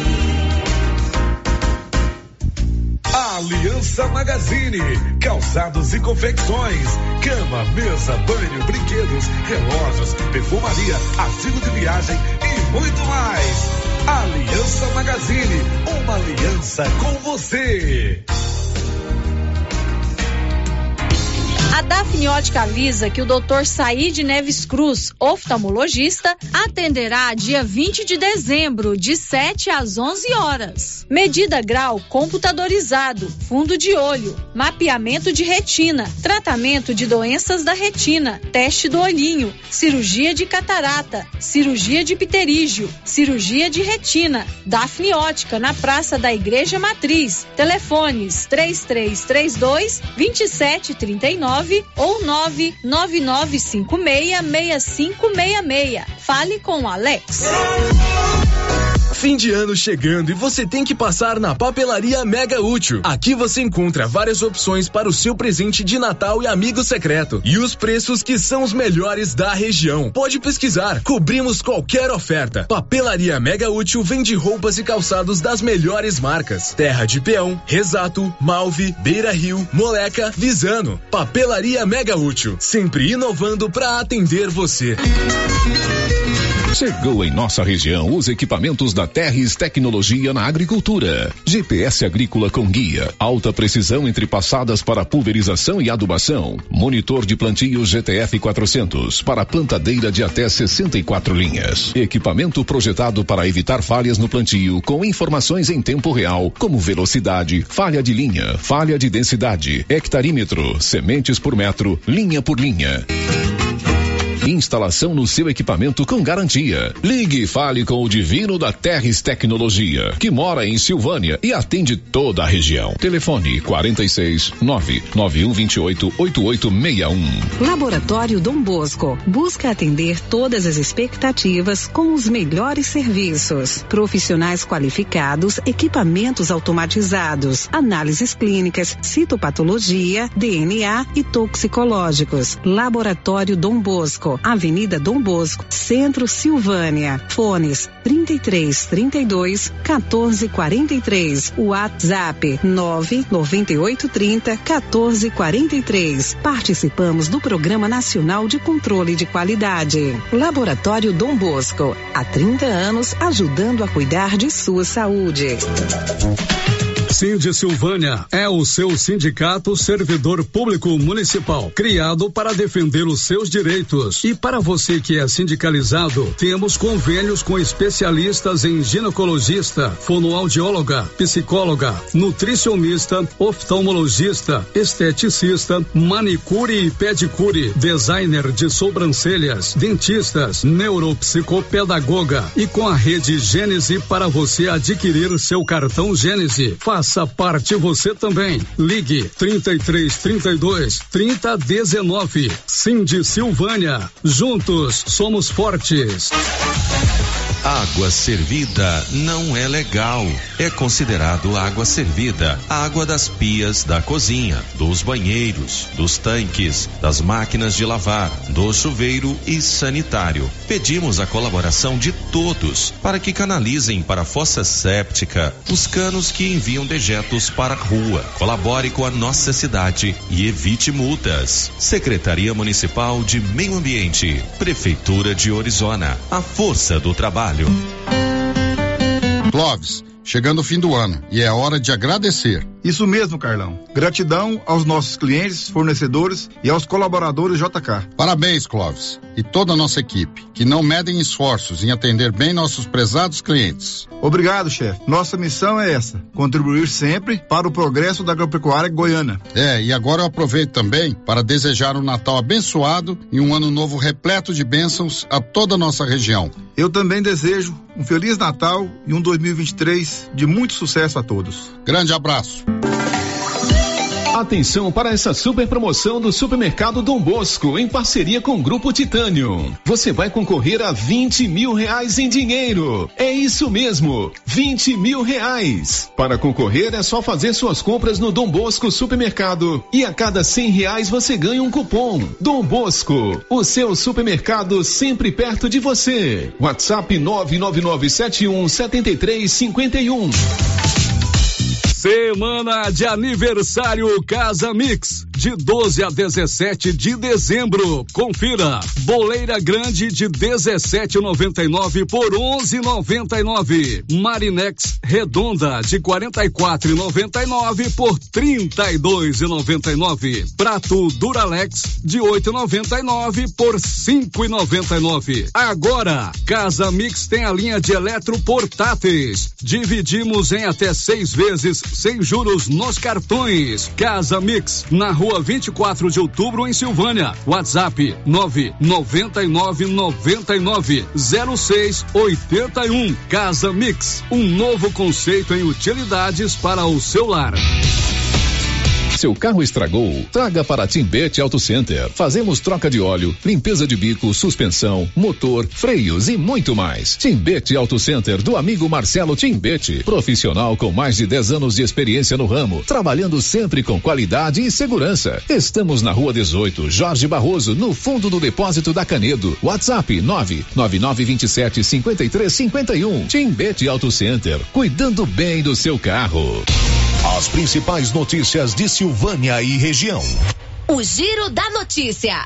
Aliança Magazine, calçados e confecções, cama, mesa, banho, brinquedos, relógios, perfumaria, artigo de viagem e muito mais. Aliança Magazine, uma aliança com você. A Dafne Ótica avisa que o doutor Saíde Neves Cruz, oftalmologista, atenderá dia vinte de dezembro, de sete às onze horas. Medida grau computadorizado, fundo de olho, mapeamento de retina, tratamento de doenças da retina, teste do olhinho, cirurgia de catarata, cirurgia de pterígio, cirurgia de retina. Dafne Ótica, na Praça da Igreja Matriz. Telefones três três três dois, dois sete três nove ou nove nove nove cinco seis, seis cinco seis seis. Fale com o Alex. Fim de ano chegando e você tem que passar na Papelaria Mega Útil. Aqui você encontra várias opções para o seu presente de Natal e amigo secreto. E os preços que são os melhores da região. Pode pesquisar, cobrimos qualquer oferta. Papelaria Mega Útil vende roupas e calçados das melhores marcas. Terra de Peão, Resato, Malve, Beira Rio, Moleca, Visano. Papelaria Mega Útil, sempre inovando para atender você. Chegou em nossa região os equipamentos da Terres Tecnologia na Agricultura. G P S agrícola com guia, alta precisão entre passadas para pulverização e adubação. Monitor de plantio G T F quatrocentos para plantadeira de até sessenta e quatro linhas. Equipamento projetado para evitar falhas no plantio com informações em tempo real, como velocidade, falha de linha, falha de densidade, hectarímetro, sementes por metro, linha por linha. Instalação no seu equipamento com garantia. Ligue e fale com o Divino da Terres Tecnologia, que mora em Silvânia e atende toda a região. Telefone quarenta e seis, nove nove um dois oito, oito oito seis um. Laboratório Dom Bosco busca atender todas as expectativas com os melhores serviços. Profissionais qualificados, equipamentos automatizados, análises clínicas, citopatologia, D N A e toxicológicos. Laboratório Dom Bosco, Avenida Dom Bosco, Centro, Silvânia. Fones trinta e três, trinta e dois, quatorze, quarenta e três. WhatsApp nove nove oito, trinta, quatorze, quarenta e três. Participamos do Programa Nacional de Controle de Qualidade. Laboratório Dom Bosco, há trinta anos ajudando a cuidar de sua saúde. Sindi Silvânia é o seu sindicato servidor público municipal, criado para defender os seus direitos. E para você que é sindicalizado, temos convênios com especialistas em ginecologista, fonoaudióloga, psicóloga, nutricionista, oftalmologista, esteticista, manicure e pedicure, designer de sobrancelhas, dentistas, neuropsicopedagoga e com a rede Gênese para você adquirir seu cartão Gênese. Faça parte você também. Ligue trinta e três, trinta e dois, trinta, dezenove. Sindi Silvânia. Juntos somos fortes. Água servida não é legal. É considerado água servida a água das pias da cozinha, dos banheiros, dos tanques, das máquinas de lavar, do chuveiro e sanitário. Pedimos a colaboração de todos para que canalizem para a fossa séptica os canos que enviam dejetos para a rua. Colabore com a nossa cidade e evite multas. Secretaria Municipal de Meio Ambiente, Prefeitura de Orizona. A força do trabalho. Clóvis, chegando o fim do ano e é hora de agradecer. Isso mesmo, Carlão. Gratidão aos nossos clientes, fornecedores e aos colaboradores J K. Parabéns, Clóvis, e toda a nossa equipe, que não medem esforços em atender bem nossos prezados clientes. Obrigado, chefe. Nossa missão é essa, contribuir sempre para o progresso da agropecuária goiana. É, e agora eu aproveito também para desejar um Natal abençoado e um ano novo repleto de bênçãos a toda a nossa região. Eu também desejo um Feliz Natal e um dois mil e vinte e três de muito sucesso a todos. Grande abraço. Atenção para essa super promoção do Supermercado Dom Bosco, em parceria com o Grupo Titânio. Você vai concorrer a vinte mil reais em dinheiro. É isso mesmo, vinte mil reais. Para concorrer é só fazer suas compras no Dom Bosco Supermercado e a cada cem reais você ganha um cupom. Dom Bosco, o seu supermercado sempre perto de você. WhatsApp nove nove nove sete um sete três cinco um. Semana de aniversário Casa Mix, de doze a dezessete de dezembro. Confira. Boleira grande de dezessete e noventa e nove por onze e noventa e nove. Marinex redonda de quarenta e quatro e noventa e nove por trinta e dois e noventa e nove. Prato Duralex de oito e noventa e nove por cinco e noventa e nove. Agora, Casa Mix tem a linha de eletroportáteis. Dividimos em até seis vezes sem juros nos cartões. Casa Mix, na rua vinte e quatro de outubro, em Silvânia. WhatsApp nove nove nove nove nove zero seis oito um. Casa Mix, um novo conceito em utilidades para o seu lar. Seu carro estragou? Traga para Timbete Auto Center. Fazemos troca de óleo, limpeza de bico, suspensão, motor, freios e muito mais. Timbete Auto Center do amigo Marcelo Timbete. Profissional com mais de dez anos de experiência no ramo, trabalhando sempre com qualidade e segurança. Estamos na rua dezoito, Jorge Barroso, no fundo do depósito da Canedo. WhatsApp nove nove nove dois sete cinco três cinco um. Timbete Auto Center, cuidando bem do seu carro. As principais notícias de Silvânia e região. O Giro da Notícia.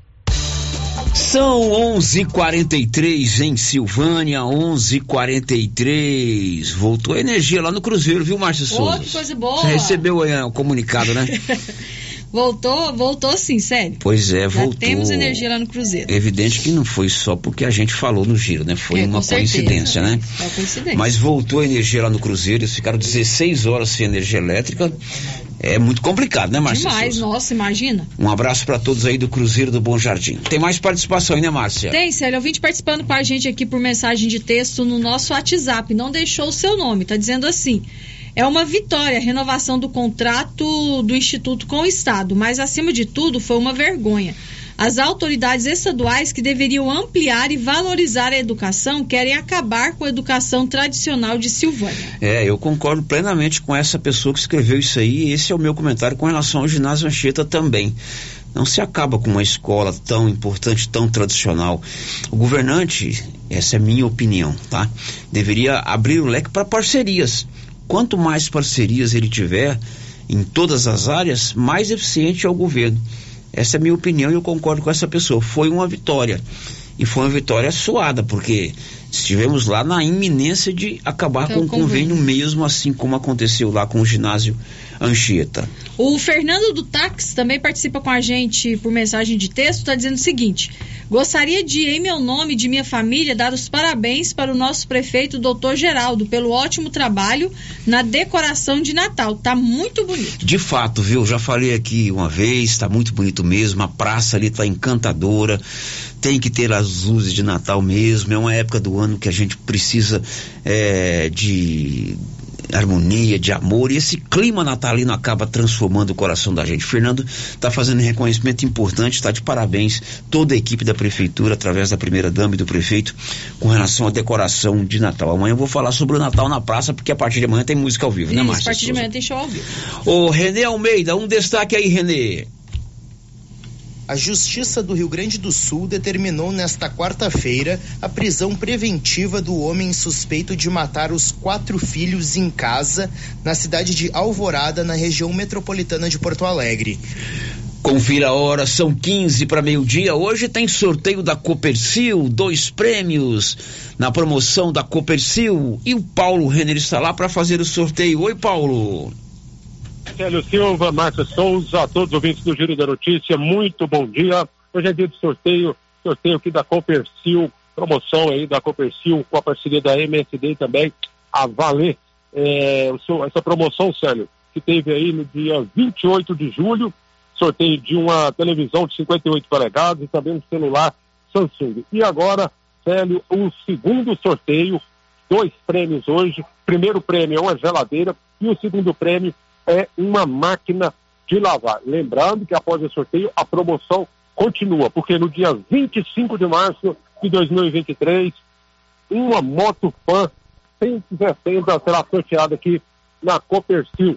São onze e quarenta e três em Silvânia, onze e quarenta e três. Voltou a energia lá no Cruzeiro, viu, Márcia Souza? Oh, que coisa boa. Você recebeu aí o comunicado, né? Voltou, voltou sim, sério. Pois é, voltou. Já temos energia lá no Cruzeiro. É evidente que não foi só porque a gente falou no Giro, né? Foi é, uma coincidência, né? É uma coincidência. Mas voltou a energia lá no Cruzeiro, eles ficaram dezesseis horas sem energia elétrica. É muito complicado, né, Márcia? Demais, Souza? Nossa, imagina. Um abraço para todos aí do Cruzeiro do Bom Jardim. Tem mais participação aí, né, Márcia? Tem, Célio. Ouvinte participando com a gente aqui por mensagem de texto no nosso WhatsApp. Não deixou o seu nome, tá dizendo assim: é uma vitória a renovação do contrato do Instituto com o Estado, mas acima de tudo foi uma vergonha. As autoridades estaduais que deveriam ampliar e valorizar a educação querem acabar com a educação tradicional de Silvânia. É, eu concordo plenamente com essa pessoa que escreveu isso aí, e esse é o meu comentário com relação ao ginásio Anchieta também. Não se acaba com uma escola tão importante, tão tradicional. O governante, essa é minha opinião, tá? Deveria abrir o leque para parcerias. Quanto mais parcerias ele tiver em todas as áreas, mais eficiente é o governo. Essa é a minha opinião e eu concordo com essa pessoa. Foi uma vitória. E foi uma vitória suada, porque estivemos lá na iminência de acabar então, com o convênio mesmo, assim como aconteceu lá com o ginásio Anchieta. O Fernando do Táxi também participa com a gente por mensagem de texto, está dizendo o seguinte: gostaria de, em meu nome e de minha família, dar os parabéns para o nosso prefeito, doutor Geraldo, pelo ótimo trabalho na decoração de Natal. Tá muito bonito. De fato, viu? Já falei aqui uma vez, tá muito bonito mesmo, a praça ali tá encantadora. Tem que ter as luzes de Natal mesmo, é uma época do ano que a gente precisa é, de harmonia, de amor, e esse clima natalino acaba transformando o coração da gente. Fernando está fazendo um reconhecimento importante, está de parabéns toda a equipe da prefeitura, através da primeira dama e do prefeito, com relação à decoração de Natal. Amanhã eu vou falar sobre o Natal na praça, porque a partir de amanhã tem música ao vivo, Isso, né, Márcia? a partir de amanhã tem show ao vivo. Ô, Renê Almeida, um destaque aí, Renê. A Justiça do Rio Grande do Sul determinou nesta quarta-feira a prisão preventiva do homem suspeito de matar os quatro filhos em casa na cidade de Alvorada, na região metropolitana de Porto Alegre. Confira a hora, são quinze para meio-dia. Hoje tem sorteio da Copercil, dois prêmios na promoção da Copercil. E o Paulo Renner está lá para fazer o sorteio. Oi, Paulo. Célio Silva, Márcia Souza, a todos os ouvintes do Giro da Notícia, muito bom dia. Hoje é dia de sorteio, sorteio aqui da Copercil, promoção aí da Copercil com a parceria da M S D também, a valer é, essa promoção, Célio, que teve aí no dia vinte e oito de julho, sorteio de uma televisão de cinquenta e oito polegadas e também um celular Samsung. E agora, Célio, o segundo sorteio, dois prêmios hoje. Primeiro prêmio é uma geladeira e o segundo prêmio é uma máquina de lavar. Lembrando que após o sorteio a promoção continua, porque no dia vinte e cinco de março de dois mil e vinte e três, uma moto Fan cento e sessenta será sorteada aqui na Copercil.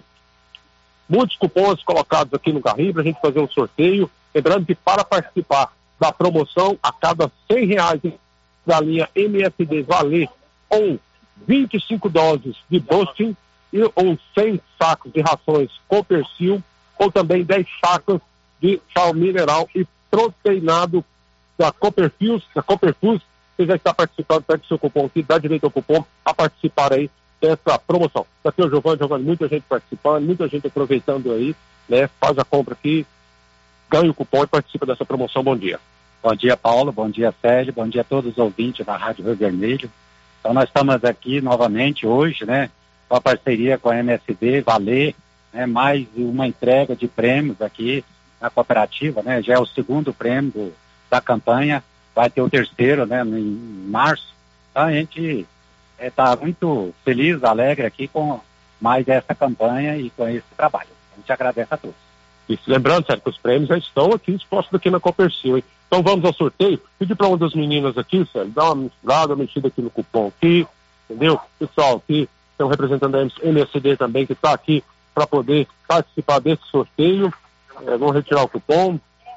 Muitos cupons colocados aqui no carrinho para a gente fazer um sorteio. Lembrando que para participar da promoção, a cada cem reais da linha M S D Valer ou vinte e cinco doses de Boosting e, ou cem sacos de rações Copercil, ou também dez sacos de sal mineral e proteinado da Coperfuse, da Coperfuse. Você já está participando, pega o seu cupom aqui, dá direito ao cupom a participar aí dessa promoção. Daqui é o Giovanni, Giovanni, muita gente participando, muita gente aproveitando aí, né? Faz a compra aqui, ganha o cupom e participa dessa promoção. Bom dia. Bom dia, Paulo, bom dia, Sérgio, bom dia a todos os ouvintes da Rádio Rio Vermelho. Então nós estamos aqui novamente hoje, né? Com a parceria com a M S D, Valer, né, mais uma entrega de prêmios aqui na cooperativa, né? Já é o segundo prêmio do, da campanha, vai ter o terceiro, né, em março. Então a gente está é, muito feliz, alegre aqui com mais essa campanha e com esse trabalho. A gente agradece a todos. Isso, lembrando, Sérgio, que os prêmios já estão aqui expostos aqui na Copercil, hein? Então vamos ao sorteio. Pedir para uma das meninas aqui, Sérgio, dar uma misturada, uma mexida aqui no cupom aqui, entendeu? Pessoal, aqui tem um representante da M S D também que está aqui para poder participar desse sorteio. É, vamos retirar o cupom.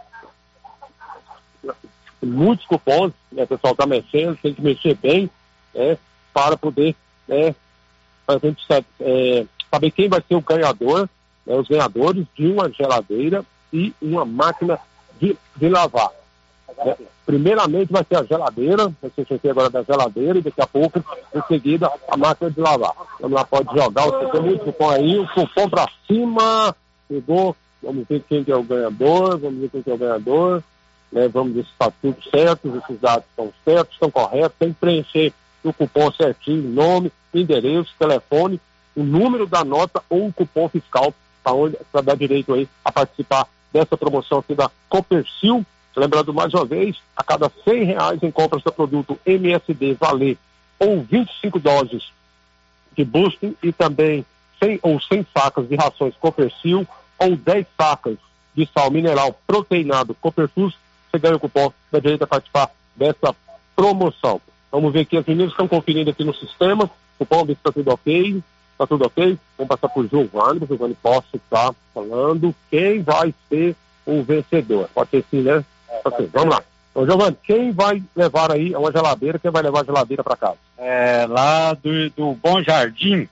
Muitos cupons, né, o pessoal está mexendo, tem que mexer bem, né, para poder, né, para a gente é, saber quem vai ser o ganhador, né, os ganhadores de uma geladeira e uma máquina de, de lavar. É, primeiramente vai ser a geladeira, vai ser o sorteio agora da geladeira e daqui a pouco, em seguida, a máquina de lavar. Vamos lá, pode jogar, você tem muito cupom aí, o cupom para cima, pegou, vamos ver quem que é o ganhador, vamos ver quem que é o ganhador, né, vamos ver se está tudo certo, esses dados estão certos, estão corretos, tem que preencher o cupom certinho, nome, endereço, telefone, o número da nota ou um cupom fiscal para dar direito aí a participar dessa promoção aqui da Copercil. Lembrando mais uma vez, a cada cem reais em compras do produto M S D Valer ou vinte e cinco doses de Boosting e também cem ou cem sacas de rações Copercil ou dez sacas de sal mineral proteinado Coperfuse, você ganha o cupom da direito a participar dessa promoção. Vamos ver que as meninas estão conferindo aqui no sistema, o cupom, ver se está tudo ok, está tudo ok. Vamos passar por Giovanni, o Giovanni possa estar falando quem vai ser o vencedor. Pode ser sim, né? Ok, vamos lá. Ô, Giovanni, quem vai levar aí uma geladeira? Quem vai levar a geladeira para casa? É, lá do, do Bom Jardim,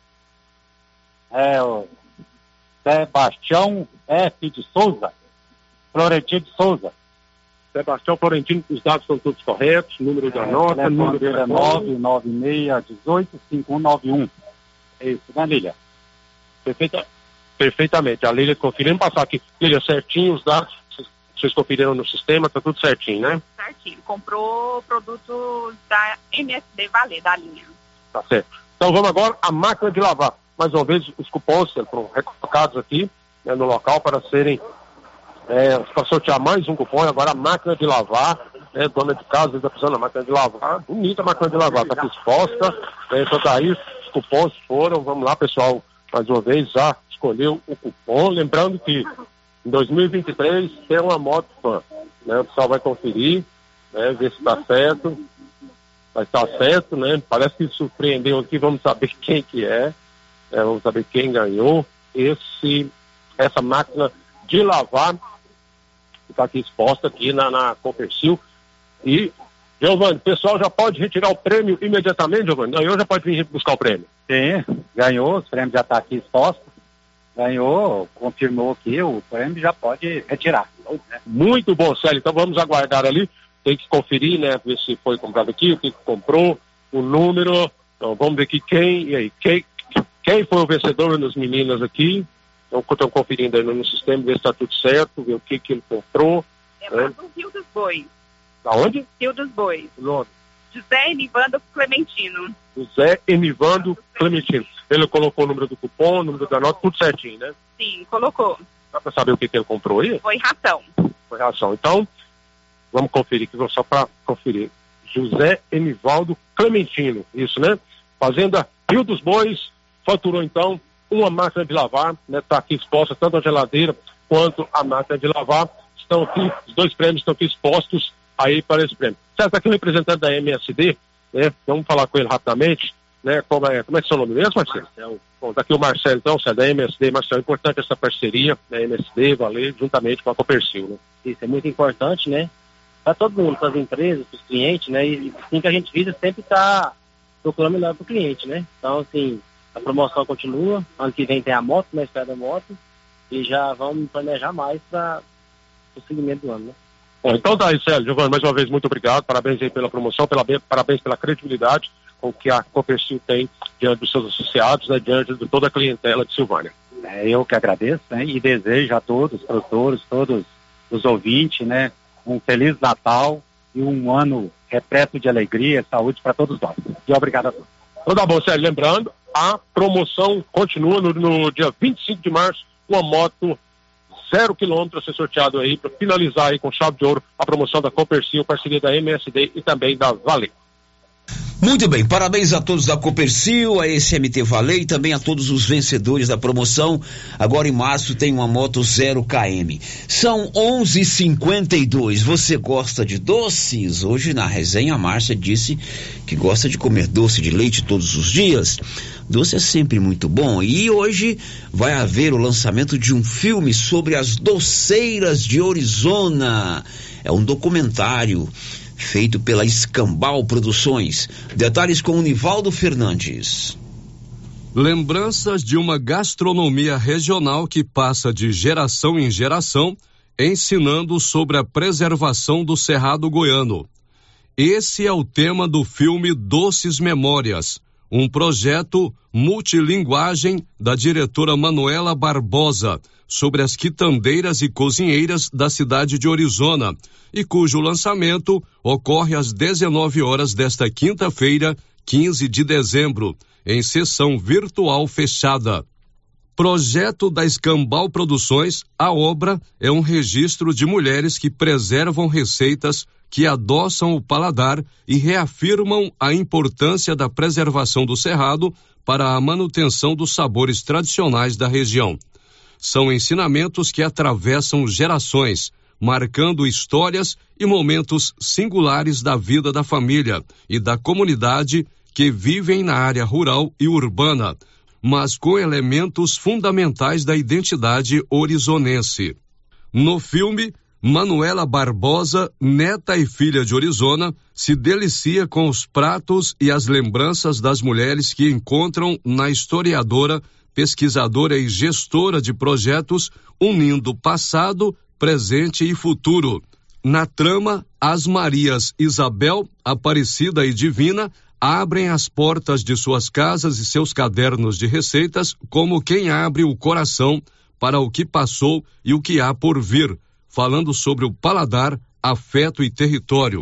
é o Sebastião F. de Souza, Florentino de Souza. Sebastião Florentino, os dados são todos corretos, número da nota, é, número da nove nove seis um oito cinco um nove um. É isso, né, Lília? Perfeita, perfeitamente. A Lília conferindo, passar aqui. Lília, certinho os dados, vocês conferiram no sistema, tá tudo certinho, né? Certinho. Comprou produtos da M S D Valer, da linha. Tá certo. Então vamos agora à máquina de lavar. Mais uma vez, os cupons foram recolocados aqui, né, no local para serem, é, para sortear mais um cupom. Agora a máquina de lavar, né, dona de casa está precisando da máquina de lavar. Bonita a máquina de lavar, está aqui exposta. Né, então tá aí, os cupons foram. Vamos lá, pessoal, mais uma vez, já escolheu o cupom. Lembrando que em dois mil e vinte e três tem uma moto fã, né? O pessoal vai conferir, né? Ver se está certo. Vai estar certo, né? Parece que surpreendeu aqui, vamos saber quem que é, é vamos saber quem ganhou esse, essa máquina de lavar que está aqui exposta aqui na, na Copercil. E, Giovanni, o pessoal já pode retirar o prêmio imediatamente, Giovanni? Ganhou, já pode vir buscar o prêmio? Sim, ganhou, o prêmio já está aqui exposto. Ganhou, confirmou que o prêmio já pode retirar. Né? Muito bom, Célio. Então vamos aguardar ali. Tem que conferir, né? Ver se foi comprado aqui, o que comprou, o número. Então vamos ver aqui quem, e aí, quem, quem foi o vencedor das meninas aqui. Então estão conferindo aí no sistema, ver se está tudo certo, ver o que, que ele comprou. É lá do Rio dos Bois. Da onde? Rio dos Bois. O nome? José Enivando Clementino. José Enivando Clementino. Ele colocou o número do cupom, o número da nota, tudo certinho, né? Sim, colocou. Dá para saber o que, que ele comprou aí? Foi ração. Foi ração. Então, vamos conferir aqui, só para conferir. José Enivaldo Clementino, isso, né? Fazenda Rio dos Bois, faturou então uma máquina de lavar, né? Está aqui exposta tanto a geladeira quanto a máquina de lavar. Estão aqui, os dois prêmios estão aqui expostos aí para esse prêmio. Certo, aqui o representante da M S D, né? Vamos falar com ele rapidamente, né? Como é, como é que é o seu nome mesmo, Marcelo? Marcelo. Bom, daqui o Marcelo, então, é da M S D. Marcelo, é importante essa parceria, né? M S D, Valer, juntamente com a Copercil, né? Isso é muito importante, né? Para todo mundo, para as empresas, para os clientes, né? E assim que a gente visa sempre está procurando melhor para o cliente, né? Então, assim, a promoção continua. Ano que vem tem a moto, na espera da moto. E já vamos planejar mais para o segmento do ano, né? Bom, então tá aí, Célio. Giovanni, mais uma vez, muito obrigado. Parabéns aí pela promoção, pela, parabéns pela credibilidade com que a Copercil tem diante dos seus associados, né, diante de toda a clientela de Silvânia. É, eu que agradeço, né, e desejo a todos, produtores, todos os ouvintes, né, um Feliz Natal e um ano repleto de alegria e saúde para todos nós. E obrigado a todos. Então tá bom, Célio. Lembrando, a promoção continua no, no dia vinte e cinco de março, uma moto zero quilômetro a ser sorteado aí para finalizar aí com chave de ouro a promoção da Copercil, parceria da M S D e também da Valer. Muito bem, parabéns a todos da Copercil, a S M T Valer e também a todos os vencedores da promoção. Agora em março tem uma moto zero quilômetro. São onze e cinquenta e dois. Você gosta de doces? Hoje na resenha a Márcia disse que gosta de comer doce de leite todos os dias. Doce é sempre muito bom e hoje vai haver o lançamento de um filme sobre as doceiras de Orizona. É um documentário feito pela Escambau Produções. Detalhes com o Nivaldo Fernandes. Lembranças de uma gastronomia regional que passa de geração em geração, ensinando sobre a preservação do Cerrado Goiano. Esse é o tema do filme Doces Memórias, um projeto multilinguagem da diretora Manuela Barbosa, sobre as quitandeiras e cozinheiras da cidade de Orizona, e cujo lançamento ocorre às dezenove horas desta quinta-feira, quinze de dezembro, em sessão virtual fechada. Projeto da Escambau Produções, a obra é um registro de mulheres que preservam receitas, que adoçam o paladar e reafirmam a importância da preservação do cerrado para a manutenção dos sabores tradicionais da região. São ensinamentos que atravessam gerações, marcando histórias e momentos singulares da vida da família e da comunidade que vivem na área rural e urbana, mas com elementos fundamentais da identidade orizonense. No filme, Manuela Barbosa, neta e filha de Orizona, se delicia com os pratos e as lembranças das mulheres que encontram na historiadora, pesquisadora e gestora de projetos, unindo passado, presente e futuro. Na trama, as Marias Isabel, Aparecida e Divina abrem as portas de suas casas e seus cadernos de receitas como quem abre o coração para o que passou e o que há por vir, falando sobre o paladar, afeto e território.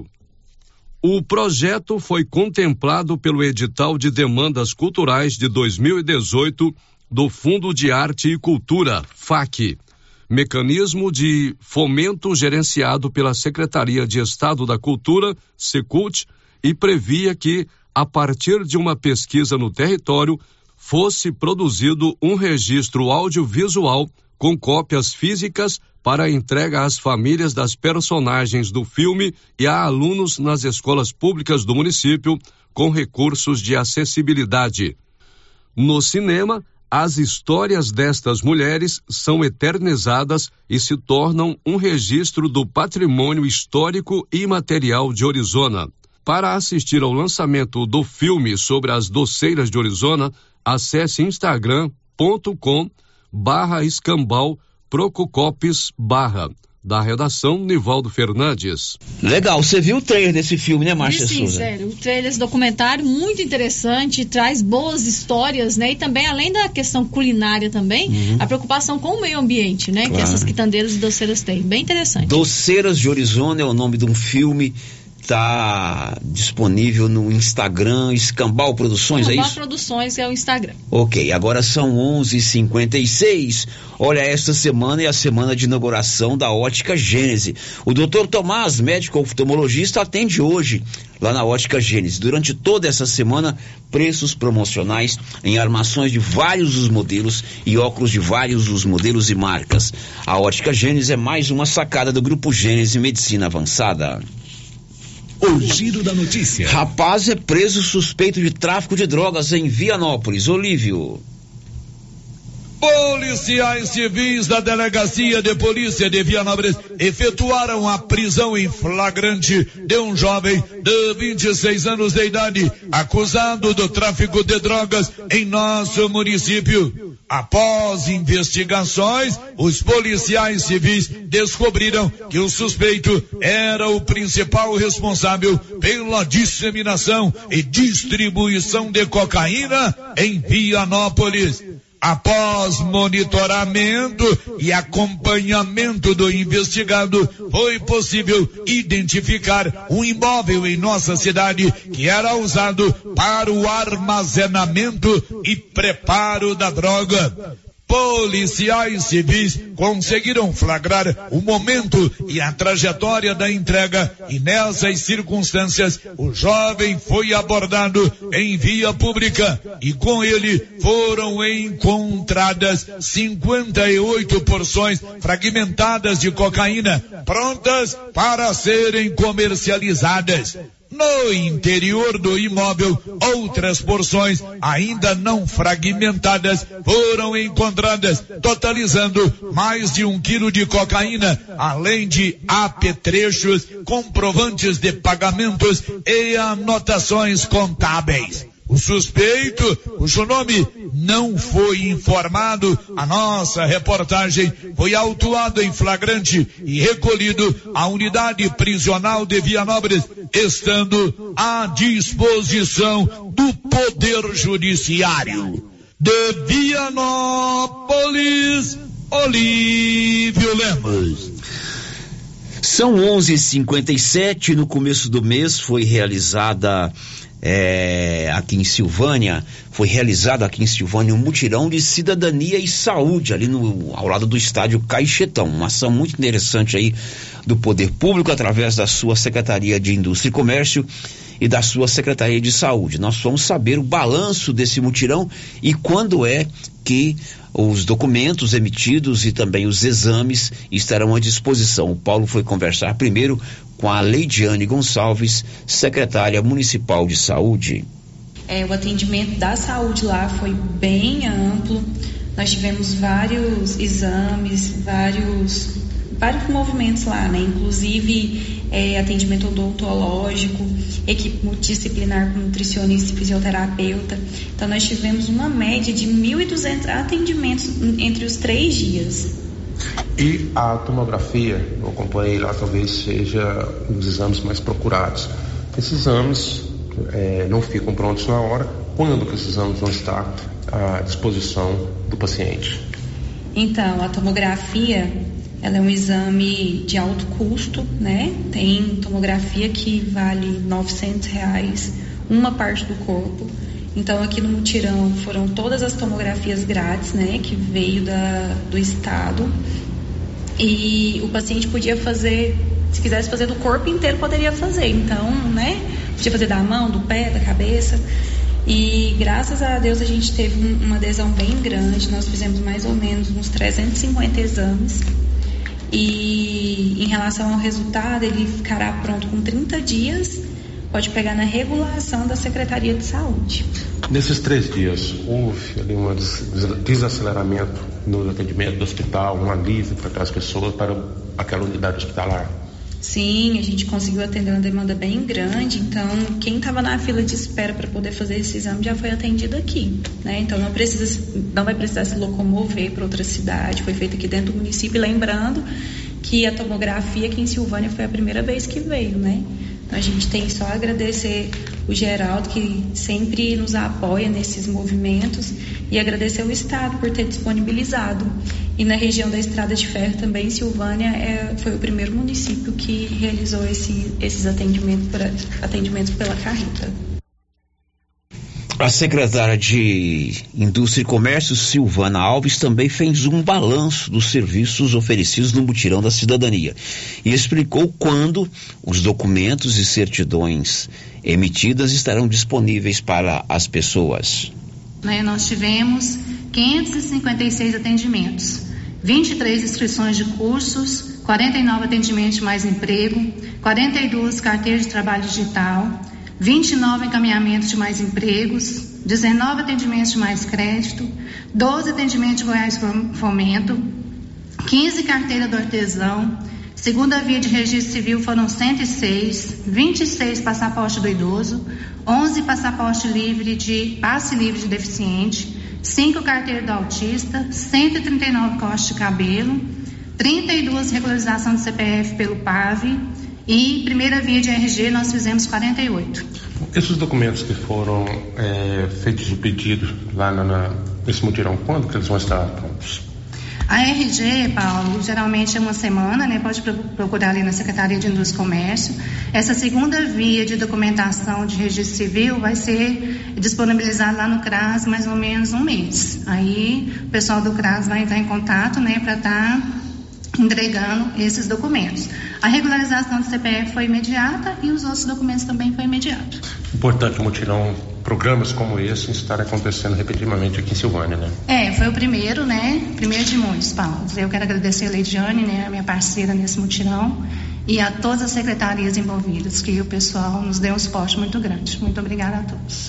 O projeto foi contemplado pelo edital de demandas culturais de dois mil e dezoito do Fundo de Arte e Cultura, F A C, mecanismo de fomento gerenciado pela Secretaria de Estado da Cultura, Secult, e previa que, a partir de uma pesquisa no território, fosse produzido um registro audiovisual com cópias físicas para entrega às famílias das personagens do filme e a alunos nas escolas públicas do município com recursos de acessibilidade. No cinema, as histórias destas mulheres são eternizadas e se tornam um registro do patrimônio histórico e imaterial de Orizona. Para assistir ao lançamento do filme sobre as doceiras de Orizona, acesse instagram ponto com barra escambau prococopes barra. Da redação, Nivaldo Fernandes. Legal, você viu o trailer desse filme, né, Márcia Sim, Souza? sério, o trailer desse documentário, muito interessante, traz boas histórias, né, e também, além da questão culinária também, uhum. a preocupação com o meio ambiente, né, claro. que essas quitandeiras e doceiras têm, bem interessante. Doceiras de Orizona é o nome de um filme, está disponível no Instagram, Escambau Produções, Escambau é isso? Produções é o Instagram. Ok, agora são onze e cinquenta e seis. Olha, esta semana é a semana de inauguração da Ótica Gênese. O doutor Tomás, médico oftalmologista, atende hoje lá na Ótica Gênese. Durante toda essa semana, preços promocionais em armações de vários os modelos e óculos de vários os modelos e marcas. A Ótica Gênese é mais uma sacada do Grupo Gênese Medicina Avançada. O giro da notícia. Rapaz é preso suspeito de tráfico de drogas em Vianópolis. Olívio. Policiais civis da Delegacia de Polícia de Vianópolis efetuaram a prisão em flagrante de um jovem de vinte e seis anos de idade, acusado do tráfico de drogas em nosso município. Após investigações, os policiais civis descobriram que o suspeito era o principal responsável pela disseminação e distribuição de cocaína em Vianópolis. Após monitoramento e acompanhamento do investigado, foi possível identificar um imóvel em nossa cidade que era usado para o armazenamento e preparo da droga. Policiais civis conseguiram flagrar o momento e a trajetória da entrega e nessas circunstâncias o jovem foi abordado em via pública e com ele foram encontradas cinquenta e oito porções fragmentadas de cocaína prontas para serem comercializadas. No interior do imóvel, outras porções ainda não fragmentadas foram encontradas, totalizando mais de um quilo de cocaína, além de apetrechos, comprovantes de pagamentos e anotações contábeis. O suspeito, cujo nome não foi informado, a nossa reportagem foi autuado em flagrante e recolhido à unidade prisional de Vianópolis, estando à disposição do Poder Judiciário. De Vianópolis, Olívio Lemos. São onze e cinquenta e sete, no começo do mês foi realizada É, aqui em Silvânia, foi realizado aqui em Silvânia um mutirão de cidadania e saúde, ali no, ao lado do estádio Caixetão, uma ação muito interessante aí do Poder Público, através da sua Secretaria de Indústria e Comércio e da sua Secretaria de Saúde. Nós vamos saber o balanço desse mutirão e quando é que os documentos emitidos e também os exames estarão à disposição. O Paulo foi conversar primeiro com a Leidiane Gonçalves, secretária municipal de saúde. É, o atendimento da saúde lá foi bem amplo. Nós tivemos vários exames, vários vários movimentos lá, né? Inclusive é, atendimento odontológico, equipe multidisciplinar com nutricionista e fisioterapeuta. Então nós tivemos uma média de mil e duzentos atendimentos entre os três dias. E a tomografia, eu acompanhei lá, talvez seja um dos exames mais procurados. Esses exames é, não ficam prontos na hora. Quando que esses exames vão estar à disposição do paciente? Então, a tomografia, ela é um exame de alto custo, né? Tem tomografia que vale novecentos reais, uma parte do corpo. Então, aqui no mutirão foram todas as tomografias grátis, né? Que veio da, do estado. E o paciente podia fazer, se quisesse fazer do corpo inteiro, poderia fazer. Então, né? Podia fazer da mão, do pé, da cabeça. E graças a Deus a gente teve um, uma adesão bem grande. Nós fizemos mais ou menos uns trezentos e cinquenta exames. E em relação ao resultado, ele ficará pronto com trinta dias. Pode pegar na regulação da Secretaria de Saúde. Nesses três dias, houve ali um desaceleramento no atendimento do hospital, um alívio para aquelas pessoas, para aquela unidade hospitalar? Sim, a gente conseguiu atender uma demanda bem grande, então quem estava na fila de espera para poder fazer esse exame já foi atendido aqui, né? Então não precisa, não vai precisar se locomover para outra cidade, foi feito aqui dentro do município, lembrando que a tomografia aqui em Silvânia foi a primeira vez que veio, né? Então a gente tem só a agradecer o Geraldo, que sempre nos apoia nesses movimentos, e agradecer o Estado por ter disponibilizado. E na região da Estrada de Ferro também, Silvânia é, foi o primeiro município que realizou esse, esses atendimentos, por, atendimentos pela carreta. A secretária de Indústria e Comércio, Silvana Alves, também fez um balanço dos serviços oferecidos no Mutirão da Cidadania e explicou quando os documentos e certidões emitidas estarão disponíveis para as pessoas. Né, nós tivemos quinhentos e cinquenta e seis atendimentos, vinte e três inscrições de cursos, quarenta e nove atendimentos de mais emprego, quarenta e duas carteiras de trabalho digital, vinte e nove encaminhamentos de mais empregos, dezenove atendimentos de mais crédito, doze atendimentos de Goiás Fomento, quinze carteira do artesão, segunda via de registro civil foram cento e seis, vinte e seis passaporte do idoso, onze passaporte livre de passe livre de deficiente, cinco carteira do autista, cento e trinta e nove cortes de cabelo, trinta e duas regularização de C P F pelo P A V, e primeira via de R G nós fizemos quarenta e oito. Esses documentos que foram é, feitos de pedido lá na, na, nesse mutirão, quando que eles vão estar prontos? A R G, Paulo, geralmente é uma semana, né? Pode procurar ali na Secretaria de Indústria e Comércio. Essa segunda via de documentação de registro civil vai ser disponibilizada lá no CRAS mais ou menos um mês. Aí o pessoal do CRAS vai entrar em contato, né, para estar tá entregando esses documentos. A regularização do C P F foi imediata e os outros documentos também foi imediato. Importante o mutirão, programas como esse estarem acontecendo repetidamente aqui em Silvânia, né? É, foi o primeiro, né? Primeiro de muitos, Paulo. Eu quero agradecer a Leidiane, né, a minha parceira nesse mutirão, e a todas as secretarias envolvidas, que o pessoal nos deu um suporte muito grande. Muito obrigada a todos.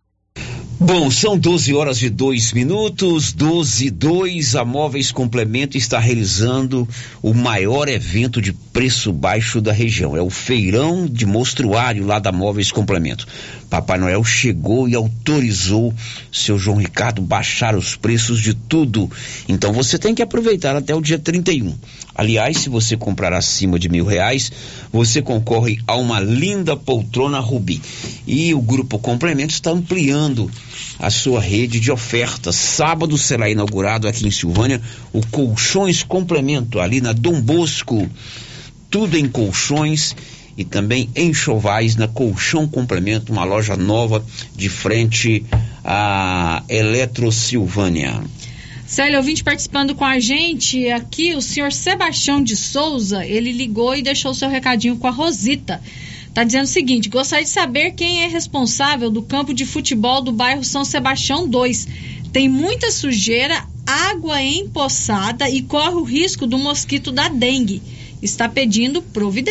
Bom, são doze horas e dois minutos, doze e dois, a Móveis Complemento está realizando o maior evento de preço baixo da região. É o feirão de mostruário lá da Móveis Complemento. Papai Noel chegou e autorizou seu João Ricardo baixar os preços de tudo. Então você tem que aproveitar até o dia trinta e um. Aliás, se você comprar acima de mil reais, você concorre a uma linda poltrona Rubi. E o Grupo Complemento está ampliando a sua rede de ofertas. Sábado será inaugurado aqui em Silvânia o Colchões Complemento, ali na Dom Bosco. Tudo em colchões e também enxovais na Colchão Complemento, uma loja nova de frente à Eletro Silvânia. Célio, ouvinte participando com a gente aqui, o senhor Sebastião de Souza, ele ligou e deixou o seu recadinho com a Rosita. Tá dizendo o seguinte: gostaria de saber quem é responsável do campo de futebol do bairro São Sebastião dois. Tem muita sujeira, água empoçada e corre o risco do mosquito da dengue. Está pedindo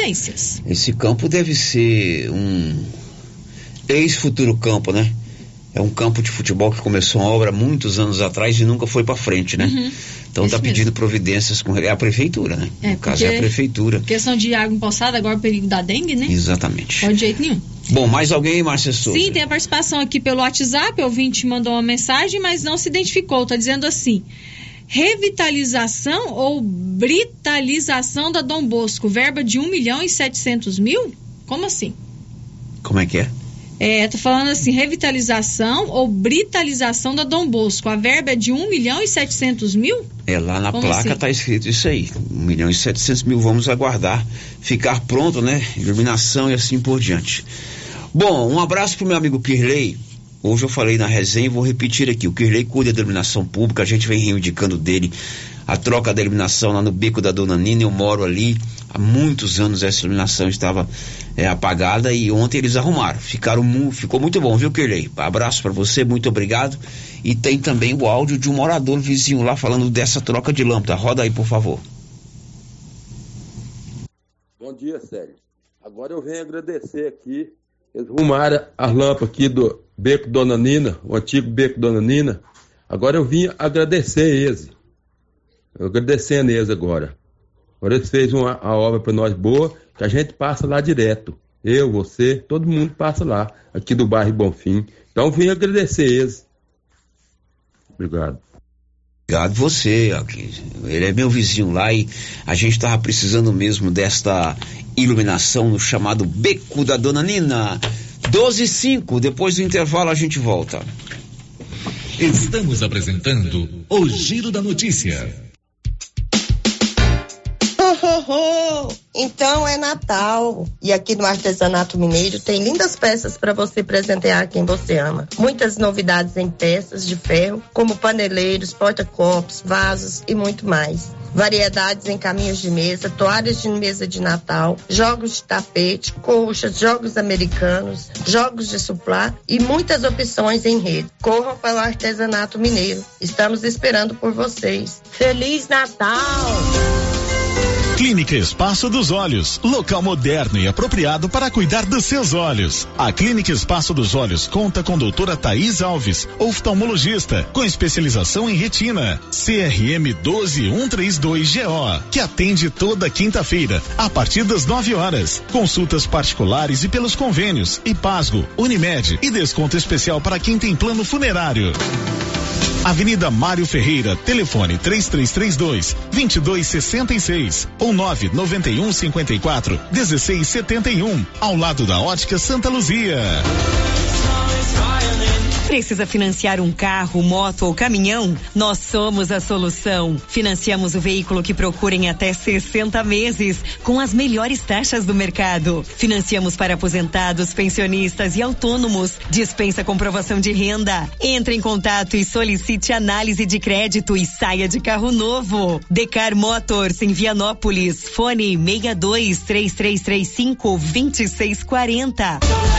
providências. Esse campo deve ser um ex-futuro campo, né? É um campo de futebol que começou uma obra muitos anos atrás e nunca foi para frente, né? Uhum. Então está pedindo mesmo. Providências com é a prefeitura, né? É, no caso é a prefeitura. Questão de água empoçada, agora o perigo da dengue, né? Exatamente. Pode de jeito nenhum. Bom, mais alguém, Márcia Souza? Sim, tem a participação aqui pelo WhatsApp, o ouvinte mandou uma mensagem, mas não se identificou, está dizendo assim: revitalização ou britalização da Dom Bosco, verba de um milhão e setecentos mil? Como assim? Como é que é? É, tô falando assim, revitalização ou britalização da Dom Bosco, a verba é de um milhão e setecentos mil? É, lá na Como placa assim? Tá escrito isso aí, um milhão e setecentos mil, vamos aguardar, ficar pronto, né, iluminação e assim por diante. Bom, um abraço pro meu amigo Kirley. Hoje eu falei na resenha e vou repetir aqui, o Kirley cuida da iluminação pública, a gente vem reivindicando dele a troca da iluminação lá no Beco da Dona Nina. Eu moro ali há muitos anos, essa iluminação estava é, apagada e ontem eles arrumaram, ficaram mu- ficou muito bom, viu, Kirley? Abraço para você, muito obrigado. E tem também o áudio de um morador vizinho lá falando dessa troca de lâmpada. Roda aí, por favor. Bom dia, Sérgio. Agora eu venho agradecer aqui, eles arrumaram as lâmpadas aqui do Beco Dona Nina, o antigo Beco Dona Nina. Agora eu vim agradecer eles. Eu agradecendo eles agora. Agora eles fez uma a obra para nós boa, que a gente passa lá direto. Eu, você, todo mundo passa lá, aqui do bairro Bonfim. Então vim agradecer eles. Obrigado. Obrigado você, ele é meu vizinho lá e a gente estava precisando mesmo desta iluminação no chamado Beco da Dona Nina. doze e cinco, depois do intervalo a gente volta. Estamos apresentando o Giro da Notícia. Oh, oh, oh. Então é Natal e aqui no Artesanato Mineiro tem lindas peças para você presentear quem você ama. Muitas novidades em peças de ferro, como paneleiros, porta-copos, vasos e muito mais. Variedades em caminhos de mesa, toalhas de mesa de Natal, jogos de tapete, colchas, jogos americanos, jogos de suplá e muitas opções em rede. Corram para o Artesanato Mineiro. Estamos esperando por vocês. Feliz Natal! Clínica Espaço dos Olhos, local moderno e apropriado para cuidar dos seus olhos. A Clínica Espaço dos Olhos conta com doutora Thaís Alves, oftalmologista, com especialização em retina, C R M um dois um três dois G O, que atende toda quinta-feira, a partir das nove horas. Consultas particulares e pelos convênios, Ipasgo, Unimed e desconto especial para quem tem plano funerário. Avenida Mário Ferreira, telefone três três três dois, dois dois seis seis ou nove nove um cinco quatro, um seis sete um, ao lado da Ótica Santa Luzia. Precisa financiar um carro, moto ou caminhão? Nós somos a solução. Financiamos o veículo que procura em até sessenta meses, com as melhores taxas do mercado. Financiamos para aposentados, pensionistas e autônomos. Dispensa comprovação de renda. Entre em contato e solicite análise de crédito e saia de carro novo. Decar Motors em Vianópolis. Fone seis dois três três três cinco dois seis quatro zero.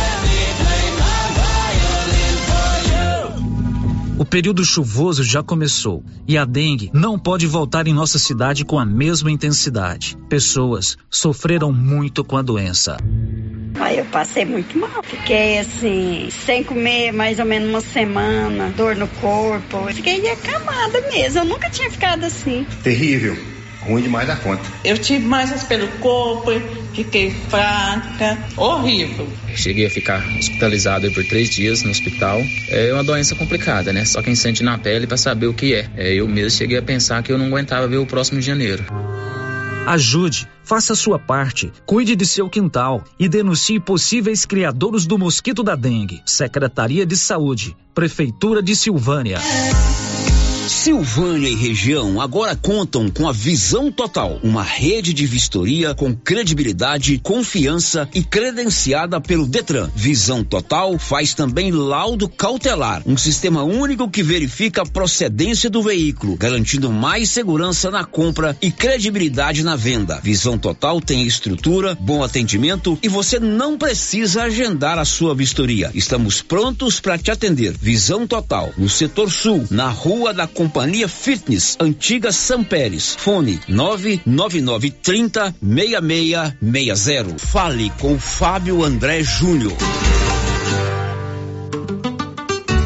O período chuvoso já começou e a dengue não pode voltar em nossa cidade com a mesma intensidade. Pessoas sofreram muito com a doença. Aí eu passei muito mal. Fiquei assim, sem comer mais ou menos uma semana, dor no corpo. Fiquei acamada mesmo. Eu nunca tinha ficado assim. Terrível. Ruim demais da conta. Eu tive mais pelo corpo, fiquei fraca, horrível. Cheguei a ficar hospitalizado por três dias no hospital. É uma doença complicada, né? Só quem sente na pele para saber o que é. é. Eu mesmo cheguei a pensar que eu não aguentava ver o próximo de janeiro. Ajude, faça a sua parte, cuide de seu quintal e denuncie possíveis criadouros do mosquito da dengue. Secretaria de Saúde, Prefeitura de Silvânia. Silvânia e região agora contam com a Visão Total, uma rede de vistoria com credibilidade, confiança e credenciada pelo Detran. Visão Total faz também laudo cautelar, um sistema único que verifica a procedência do veículo, garantindo mais segurança na compra e credibilidade na venda. Visão Total tem estrutura, bom atendimento e você não precisa agendar a sua vistoria. Estamos prontos para te atender. Visão Total, no setor sul, na Rua da Companhia Fitness, Antiga São Pérez. Fone nove nove nove três zero seis seis seis zero. Fale com Fábio André Júnior.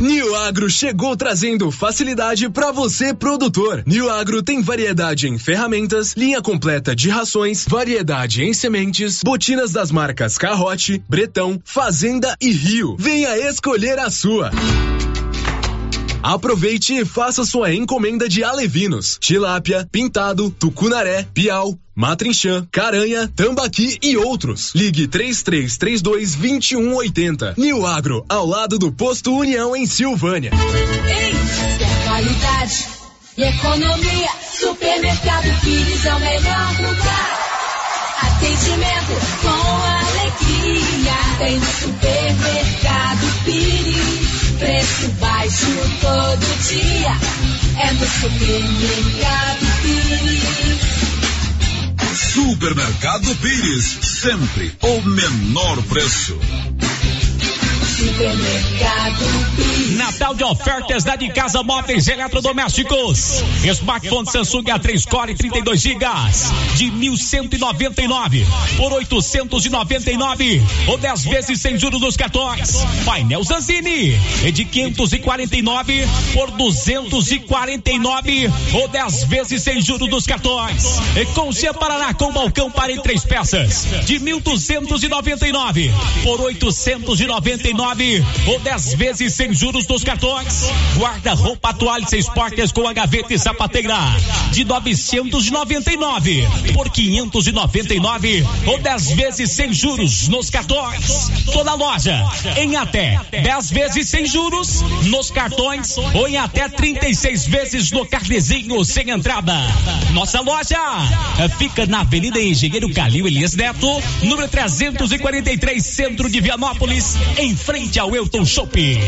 Agro chegou trazendo facilidade para você, produtor. New Agro tem variedade em ferramentas, linha completa de rações, variedade em sementes, botinas das marcas Carrote, Bretão, Fazenda e Rio. Venha escolher a sua. Aproveite e faça sua encomenda de alevinos, tilápia, pintado, tucunaré, piau, matrinchã, caranha, tambaqui e outros. Ligue três três três dois, dois um oito zero. New Agro, ao lado do Posto União em Silvânia. Ei, qualidade e economia, Supermercado Pires é o melhor lugar. Atendimento com alegria, tem no Supermercado Pires. Preço baixo todo dia, é no Supermercado Pires. Supermercado Pires, sempre o menor preço. Supermercado Pires. Natal de ofertas da De Casa Móveis Eletrodomésticos. Smartphone Samsung A três Core trinta e dois gigas de mil cento e noventa e nove por oitocentos e noventa e nove ou dez vezes sem juros dos cartões. Painel Zanzini é de quinhentos e quarenta e nove por duzentos e quarenta e nove ou dez vezes sem juros dos cartões. E Concia Paraná com balcão para em três peças de mil duzentos e noventa e nove por oitocentos e noventa e nove ou dez vezes sem juros dos cartões. Guarda-roupa toalha seis portas com a gaveta e sapateira de novecentos e noventa e nove por quinhentos e noventa e nove ou dez vezes sem juros nos cartões. Toda loja em até dez vezes sem juros nos cartões ou em até trinta e seis vezes no carnezinho sem entrada. Nossa loja fica na Avenida Engenheiro Calil Elias Neto, número trezentos e quarenta e três, centro de Vianópolis, em frente ao Elton Shopping.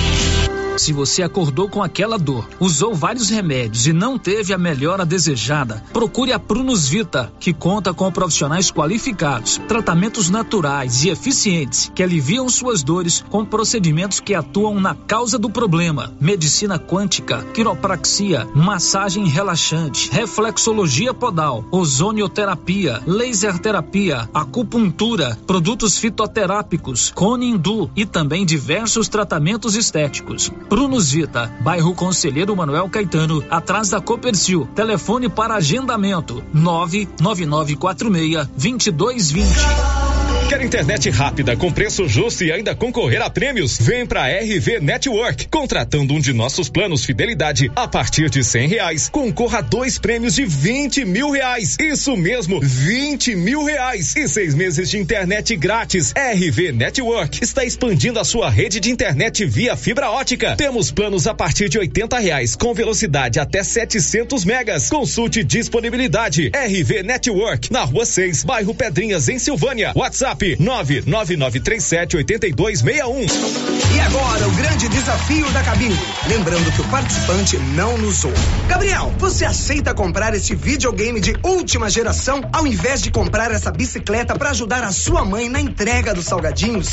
Se você acordou com aquela dor, usou vários remédios e não teve a melhora desejada, procure a Prunus Vita, que conta com profissionais qualificados, tratamentos naturais e eficientes que aliviam suas dores com procedimentos que atuam na causa do problema. Medicina quântica, quiropraxia, massagem relaxante, reflexologia podal, ozonioterapia, laser terapia, acupuntura, produtos fitoterápicos, cone hindu e também diversos tratamentos estéticos. Prunus Vita, bairro Conselheiro Manuel Caetano, atrás da Copercil. Telefone para agendamento nove nove nove quatro seis, dois dois dois zero. Quer internet rápida, com preço justo e ainda concorrer a prêmios? Vem pra R V Network. Contratando um de nossos planos Fidelidade a partir de cem reais, concorra a dois prêmios de vinte mil reais. Isso mesmo, vinte mil reais e seis meses de internet grátis. R V Network está expandindo a sua rede de internet via fibra ótica. Temos planos a partir de oitenta reais com velocidade até setecentos megas. Consulte disponibilidade. R V Network, na Rua seis, bairro Pedrinhas, em Silvânia. WhatsApp nove nove nove três sete oito dois seis um. E agora o grande desafio da cabine. Lembrando que o participante não nos ouve. Gabriel, você aceita comprar este videogame de última geração ao invés de comprar essa bicicleta para ajudar a sua mãe na entrega dos salgadinhos?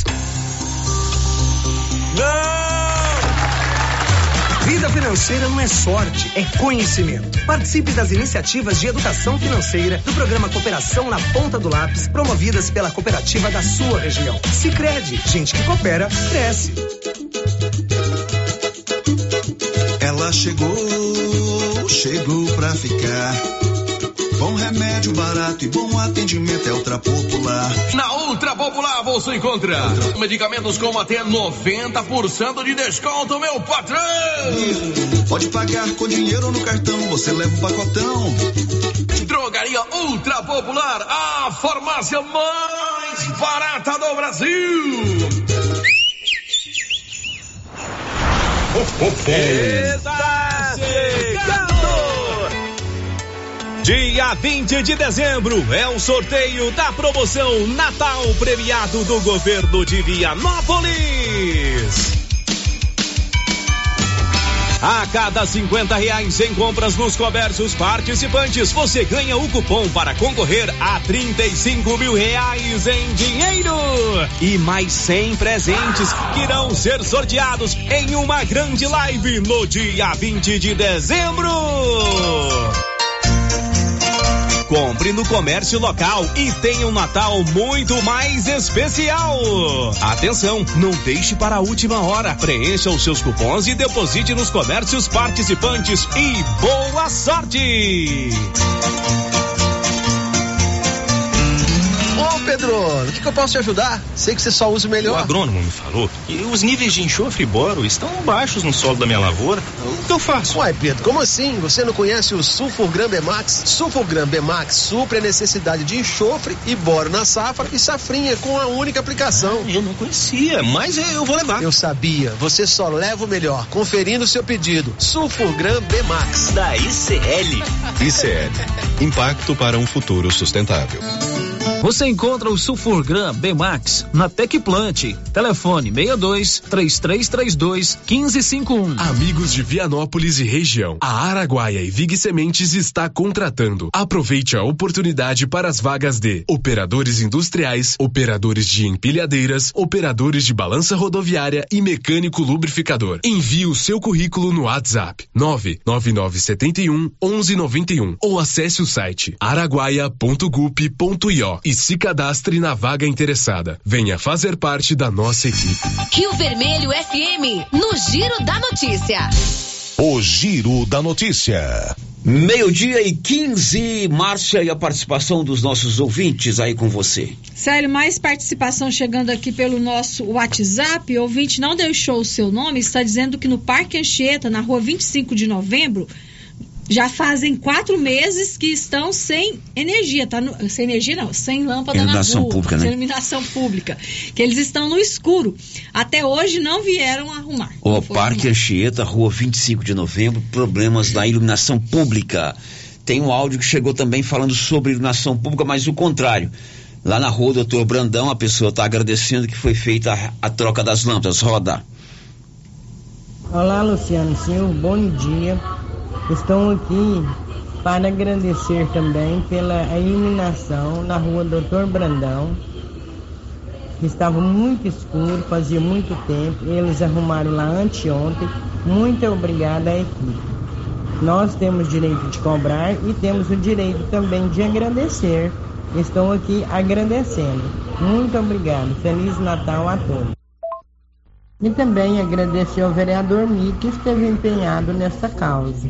Não! Vida financeira não é sorte, é conhecimento. Participe das iniciativas de educação financeira do programa Cooperação na Ponta do Lápis, promovidas pela cooperativa da sua região. Sicredi, gente que coopera, cresce. Ela chegou, chegou pra ficar. Bom remédio, barato e bom atendimento é Ultra Popular. Na Ultra Popular você encontra medicamentos com até noventa por cento de desconto, meu patrão! Pode pagar com dinheiro ou no cartão, você leva um pacotão. Drogaria Ultra Popular, a farmácia mais barata do Brasil! Oh, oh, oh. Está chegando! Dia vinte de dezembro é o sorteio da promoção Natal Premiado do Governo de Vianópolis. A cada cinquenta reais em compras nos comércios participantes, você ganha o cupom para concorrer a trinta e cinco mil reais em dinheiro. E mais cem presentes que irão ser sorteados em uma grande live no dia vinte de dezembro. Compre Compre no comércio local e tenha um Natal muito mais especial. Atenção, não deixe para a última hora. Preencha os seus cupons e deposite nos comércios participantes e boa sorte! Ô Pedro, o que, que eu posso te ajudar? Sei que você só usa o melhor. O agrônomo me falou que os níveis de enxofre e boro estão baixos no solo da minha lavoura. O que eu faço? Uai, Pedro, como assim? Você não conhece o Sulfurgram B-Max? Sulfurgram B-Max supre a necessidade de enxofre e boro na safra e safrinha com a única aplicação. Ah, eu não conhecia, mas eu vou levar. Eu sabia, você só leva o melhor, conferindo o seu pedido. Sulfurgram B-Max. Da I C L. I C L. Impacto para um futuro sustentável. Você encontra o Sulfurgram B-Max na Tecplant. Telefone seis dois, três três três dois, um cinco cinco um. Amigos de Vianópolis e região, a Araguaia e Vig Sementes está contratando. Aproveite a oportunidade para as vagas de operadores industriais, operadores de empilhadeiras, operadores de balança rodoviária e mecânico lubrificador. Envie o seu currículo no WhatsApp nove nove nove sete um, onze noventa e um ou acesse o site araguaia ponto gup ponto io e se cadastre na vaga interessada. Venha fazer parte da nossa equipe. Rio Vermelho F M, no Giro da Notícia. O Giro da Notícia. Meio-dia e quinze, Márcia, e a participação dos nossos ouvintes aí com você. Célio, mais participação chegando aqui pelo nosso WhatsApp. O ouvinte não deixou o seu nome, está dizendo que no Parque Anchieta, na rua vinte e cinco de novembro, já fazem quatro meses que estão sem energia, tá no, sem energia não, sem lâmpada iluminação na rua, pública, sem né? iluminação pública, que eles estão no escuro. Até hoje não vieram arrumar. O Parque Anchieta, rua vinte e cinco de novembro, problemas na iluminação pública. Tem um áudio que chegou também falando sobre iluminação pública, mas o contrário. Lá na rua doutor Brandão, a pessoa está agradecendo que foi feita a, a troca das lâmpadas. Roda. Olá, Luciano Silva, bom dia. Estou aqui para agradecer também pela iluminação na rua doutor Brandão, que estava muito escuro, fazia muito tempo. Eles arrumaram lá anteontem. Muito obrigada à equipe. Nós temos direito de cobrar e temos o direito também de agradecer. Estou aqui agradecendo. Muito obrigado. Feliz Natal a todos. E também agradecer ao vereador Mi, que esteve empenhado nessa causa.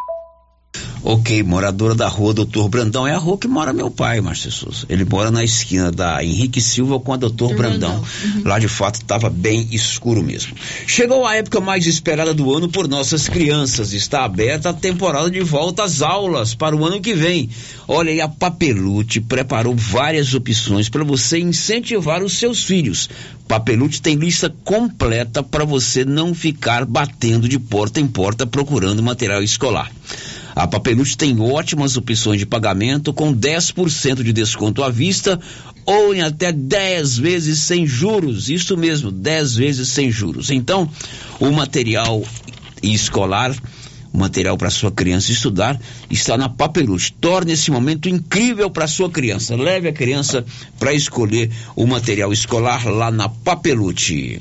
Ok, moradora da rua doutor Brandão, é a rua que mora meu pai, Márcio Souza. Ele mora na esquina da Henrique Silva com a doutor Brandão. Brandão. Uhum. Lá de fato estava bem escuro mesmo. Chegou a época mais esperada do ano por nossas crianças. Está aberta a temporada de volta às aulas para o ano que vem. Olha aí, a Papelute preparou várias opções para você incentivar os seus filhos. Papelute tem lista completa para você não ficar batendo de porta em porta procurando material escolar. A Papelute tem ótimas opções de pagamento com dez por cento de desconto à vista ou em até dez vezes sem juros. Isso mesmo, dez vezes sem juros. Então, o material escolar, o material para sua criança estudar, está na Papelute. Torne esse momento incrível para sua criança. Leve a criança para escolher o material escolar lá na Papelute.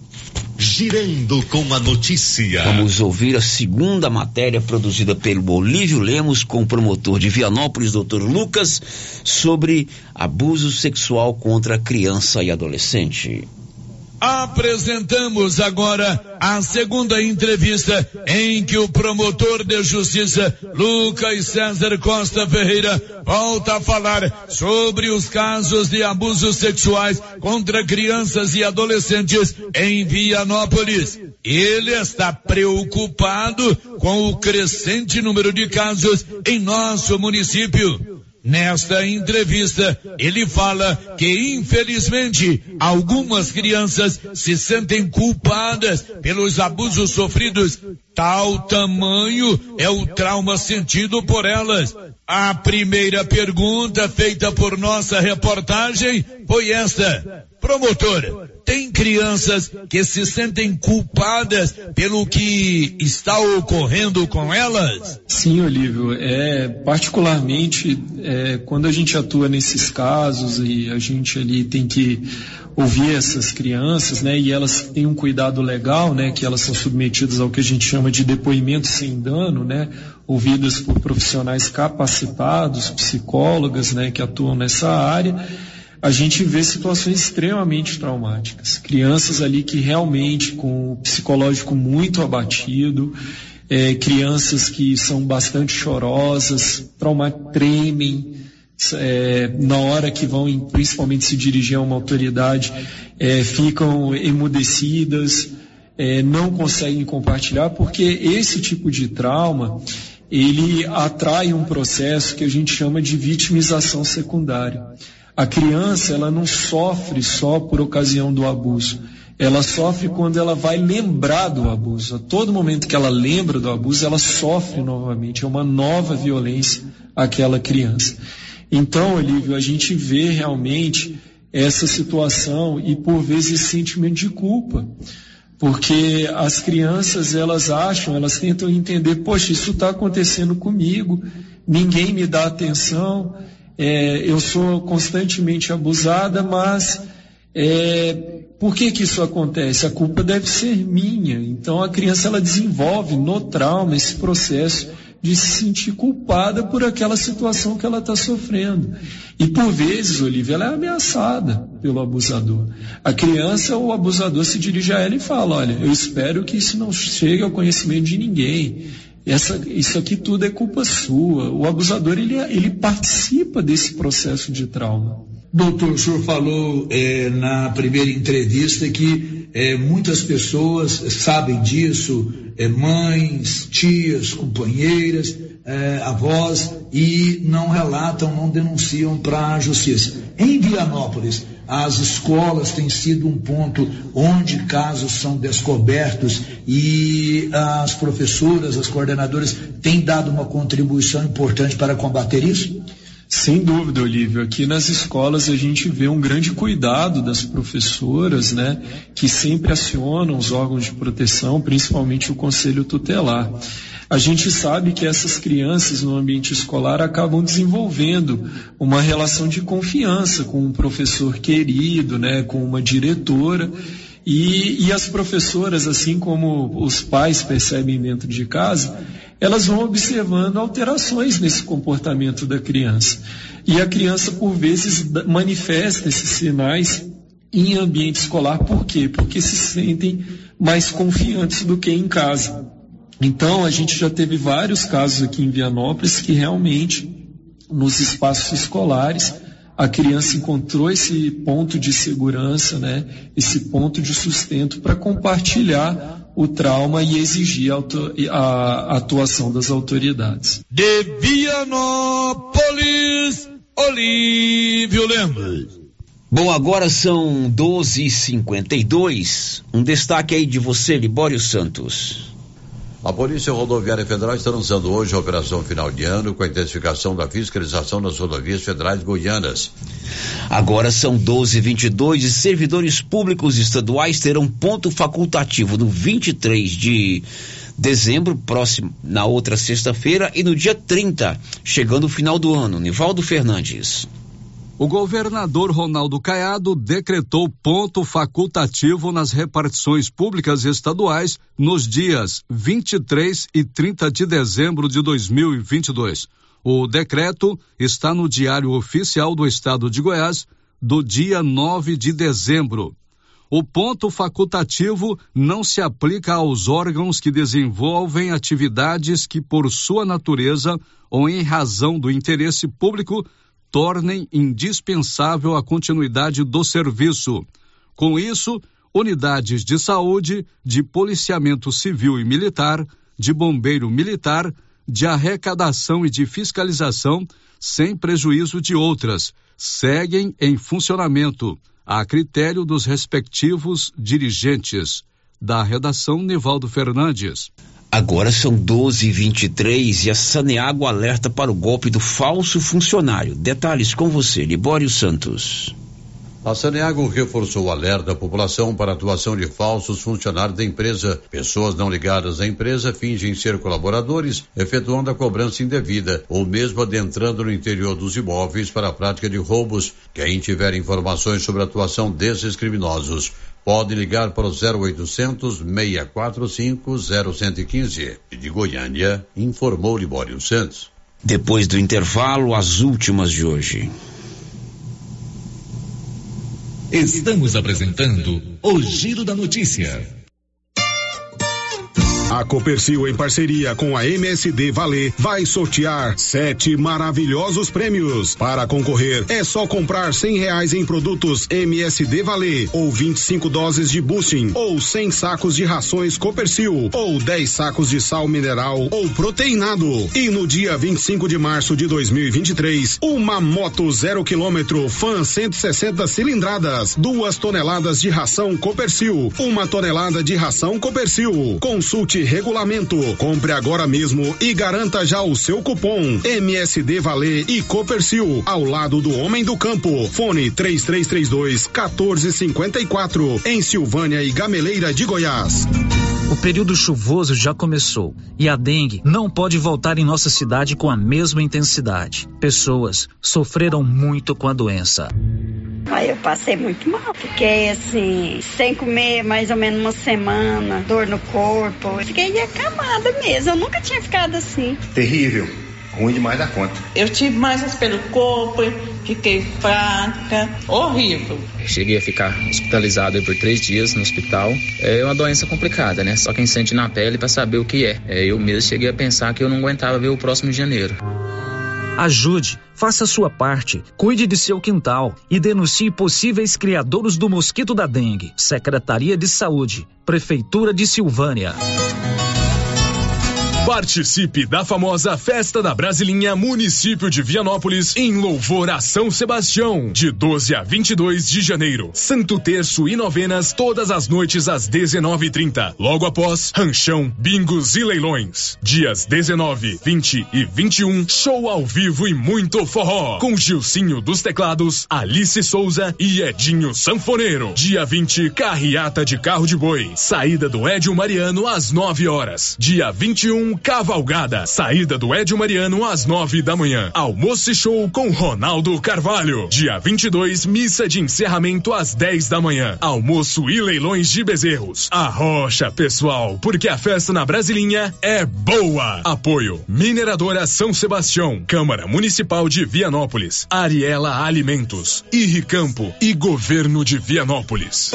Girando com a notícia. Vamos ouvir a segunda matéria produzida pelo Olívio Lemos com o promotor de Vianópolis, doutor Lucas, sobre abuso sexual contra criança e adolescente. Apresentamos agora a segunda entrevista em que o promotor de justiça Lucas César Costa Ferreira volta a falar sobre os casos de abusos sexuais contra crianças e adolescentes em Vianópolis. Ele está preocupado com o crescente número de casos em nosso município. Nesta entrevista, ele fala que, infelizmente, algumas crianças se sentem culpadas pelos abusos sofridos. Tal tamanho é o trauma sentido por elas. A primeira pergunta feita por nossa reportagem foi esta: promotor, tem crianças que se sentem culpadas pelo que está ocorrendo com elas? Sim, Olívio, é, particularmente é, quando a gente atua nesses casos e a gente ali tem que ouvir essas crianças, né, e elas têm um cuidado legal, né, que elas são submetidas ao que a gente chama de depoimento sem dano, né, ouvidas por profissionais capacitados, psicólogas, né, que atuam nessa área, a gente vê situações extremamente traumáticas. Crianças ali que realmente com o psicológico muito abatido, é, crianças que são bastante chorosas, trauma, tremem, é, na hora que vão principalmente se dirigir a uma autoridade, é, ficam emudecidas, é, não conseguem compartilhar, porque esse tipo de trauma, ele atrai um processo que a gente chama de vitimização secundária. A criança, ela não sofre só por ocasião do abuso, ela sofre quando ela vai lembrar do abuso. A todo momento que ela lembra do abuso, ela sofre novamente, é uma nova violência àquela criança. Então, Olívio, a gente vê realmente essa situação e por vezes esse sentimento de culpa, porque as crianças, elas acham, elas tentam entender, poxa, isso está acontecendo comigo, ninguém me dá atenção, é, eu sou constantemente abusada, mas é, por que que isso acontece? A culpa deve ser minha. Então a criança, ela desenvolve no trauma esse processo de se sentir culpada por aquela situação que ela está sofrendo. E por vezes, Olívia, ela é ameaçada pelo abusador. A criança, o abusador se dirige a ela e fala, olha, eu espero que isso não chegue ao conhecimento de ninguém. Essa, isso aqui tudo é culpa sua. O abusador, ele, ele participa desse processo de trauma. Doutor, o senhor falou é, na primeira entrevista que é, muitas pessoas sabem disso, é, mães, tias, companheiras, é, avós, e não relatam, não denunciam para a justiça. Em Vianópolis, as escolas têm sido um ponto onde casos são descobertos e as professoras, as coordenadoras têm dado uma contribuição importante para combater isso? Sem dúvida, Olívio. Aqui nas escolas a gente vê um grande cuidado das professoras, né, que sempre acionam os órgãos de proteção, principalmente o conselho tutelar. A gente sabe que essas crianças no ambiente escolar acabam desenvolvendo uma relação de confiança com um professor querido, né, com uma diretora. E, e as professoras, assim como os pais percebem dentro de casa, elas vão observando alterações nesse comportamento da criança. E a criança, por vezes, manifesta esses sinais em ambiente escolar. Por quê? Porque se sentem mais confiantes do que em casa. Então, a gente já teve vários casos aqui em Vianópolis que realmente, nos espaços escolares, a criança encontrou esse ponto de segurança, né, esse ponto de sustento para compartilhar o trauma e exigir a, a atuação das autoridades. De Vianópolis, Olívio Lemos. Bom, agora são doze e cinquenta e dois. Um destaque aí de você, Libório Santos. A Polícia Rodoviária Federal está lançando hoje a operação final de ano com a intensificação da fiscalização nas rodovias federais goianas. Agora são doze e vinte e dois e servidores públicos estaduais terão ponto facultativo no vinte e três de dezembro, próximo, na outra sexta-feira, e no dia trinta, chegando o final do ano. Nivaldo Fernandes. O governador Ronaldo Caiado decretou ponto facultativo nas repartições públicas estaduais nos dias vinte e três e trinta de dezembro de dois mil e vinte e dois. O decreto está no Diário Oficial do Estado de Goiás do dia nove de dezembro. O ponto facultativo não se aplica aos órgãos que desenvolvem atividades que, por sua natureza ou em razão do interesse público, tornem indispensável a continuidade do serviço. Com isso, unidades de saúde, de policiamento civil e militar, de bombeiro militar, de arrecadação e de fiscalização, sem prejuízo de outras, seguem em funcionamento, a critério dos respectivos dirigentes. Da redação, Nivaldo Fernandes. Agora são doze e vinte e três e a Saneago alerta para o golpe do falso funcionário. Detalhes com você, Libório Santos. A Saneago reforçou o alerta à população para a atuação de falsos funcionários da empresa. Pessoas não ligadas à empresa fingem ser colaboradores, efetuando a cobrança indevida ou mesmo adentrando no interior dos imóveis para a prática de roubos. Quem tiver informações sobre a atuação desses criminosos pode ligar para o zero oitocentos, seis quatro cinco, zero um um cinco. De Goiânia, informou Libório Santos. Depois do intervalo, as últimas de hoje. Estamos apresentando o Giro da Notícia. A Copercil, em parceria com a M S D Valer, vai sortear sete maravilhosos prêmios. Para concorrer, é só comprar cem reais em produtos M S D Valer, ou vinte e cinco doses de boosting, ou cem sacos de rações Copercil, ou dez sacos de sal mineral ou proteinado. E no dia vinte e cinco de março de dois mil e vinte e três, uma moto zero quilômetro Fan cento e sessenta cilindradas, duas toneladas de ração Copercil, uma tonelada de ração Copercil. Consulte regulamento. Compre agora mesmo e garanta já o seu cupom M S D Valer e Copercil, ao lado do homem do campo. Fone três três três dois, um quatro cinco quatro, em Silvânia e Gameleira de Goiás. O período chuvoso já começou e a dengue não pode voltar em nossa cidade com a mesma intensidade. Pessoas sofreram muito com a doença. Aí eu passei muito mal, fiquei assim, sem comer mais ou menos uma semana, dor no corpo, fiquei acamada mesmo, eu nunca tinha ficado assim. Terrível, ruim demais da conta. Eu tive manchas pelo corpo, fiquei fraca, horrível. Cheguei a ficar hospitalizado por três dias no hospital. É uma doença complicada, né? Só quem sente na pele para saber o que é. é. Eu mesmo cheguei a pensar que eu não aguentava ver o próximo de janeiro. Ajude, faça a sua parte, cuide de seu quintal e denuncie possíveis criadouros do mosquito da dengue. Secretaria de Saúde, Prefeitura de Silvânia. Participe da famosa Festa da Brasilinha Município de Vianópolis em louvor a São Sebastião, de doze a vinte e dois de janeiro. Santo Terço e novenas todas as noites às dezenove e trinta. Logo após, ranchão, bingos e leilões. Dias dezenove, vinte e vinte e um, show ao vivo e muito forró. Com Gilcinho dos teclados, Alice Souza e Edinho Sanfoneiro. Dia vinte, carreata de carro de boi. Saída do Édio Mariano às nove horas. Dia vinte e um, cavalgada. Saída do Édio Mariano às nove da manhã. Almoço e show com Ronaldo Carvalho. Dia vinte e dois, missa de encerramento às dez da manhã. Almoço e leilões de bezerros. Arrocha, pessoal, porque a festa na Brasilinha é boa. Apoio Mineradora São Sebastião, Câmara Municipal de Vianópolis, Ariela Alimentos, Irricampo e Governo de Vianópolis.